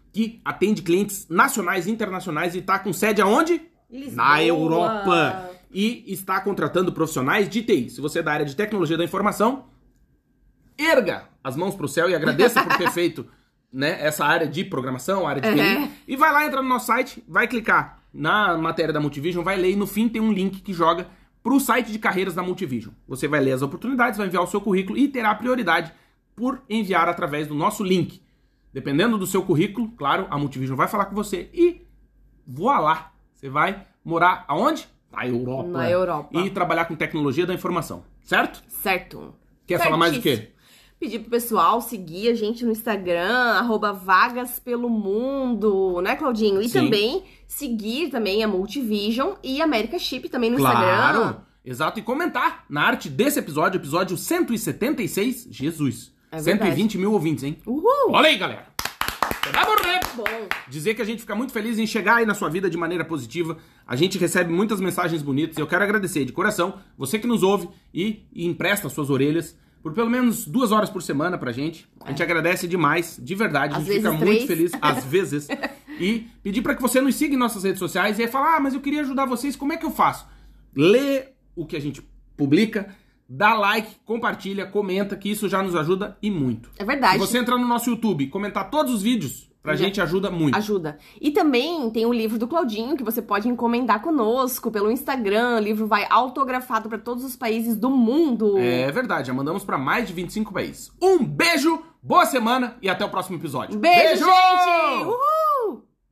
que atende clientes nacionais e internacionais e tá com sede aonde? Lisboa. Na Europa. E está contratando profissionais de T I. Se você é da área de tecnologia da informação, erga as mãos pro céu e agradeça por ter feito, né, essa área de programação, área de T I. Uhum. E vai lá, entra no nosso site, vai clicar na matéria da Multivision, vai ler e no fim tem um link que joga pro site de carreiras da Multivision. Você vai ler as oportunidades, vai enviar o seu currículo e terá prioridade por enviar através do nosso link. Dependendo do seu currículo, claro, a Multivision vai falar com você e voilá, você vai morar aonde? Na Europa. Na Europa. E trabalhar com tecnologia da informação, certo? Certo. Quer falar mais do quê? Pedir pro pessoal seguir a gente no Instagram, arroba Vagas Pelo Mundo, né, Claudinho? E Sim. também seguir também a Multivision e a America Chip também no Claro, Instagram. exato. E comentar na arte desse episódio, episódio cento e setenta e seis, Jesus. É cento e vinte verdade. mil ouvintes, hein? Uhul! Olha aí, galera. Você vai morrer. Bom. Dizer que a gente fica muito feliz em chegar aí na sua vida de maneira positiva. A gente recebe muitas mensagens bonitas e eu quero agradecer de coração você que nos ouve e, e empresta suas orelhas por pelo menos duas horas por semana pra gente. A gente agradece demais, de verdade. Às a gente fica vezes muito três. feliz, às vezes. E pedir pra que você nos siga em nossas redes sociais e aí falar, ah, mas eu queria ajudar vocês, como é que eu faço? Lê o que a gente publica, dá like, compartilha, comenta, que isso já nos ajuda e muito. É verdade. Se você entrar no nosso YouTube e comentar todos os vídeos, pra Já- gente ajuda muito. Ajuda. E também tem o livro do Claudinho, que você pode encomendar conosco pelo Instagram. O livro vai autografado pra todos os países do mundo. É verdade, já mandamos pra mais de vinte e cinco países. Um beijo, boa semana e até o próximo episódio. Beijo, gente! Uhul!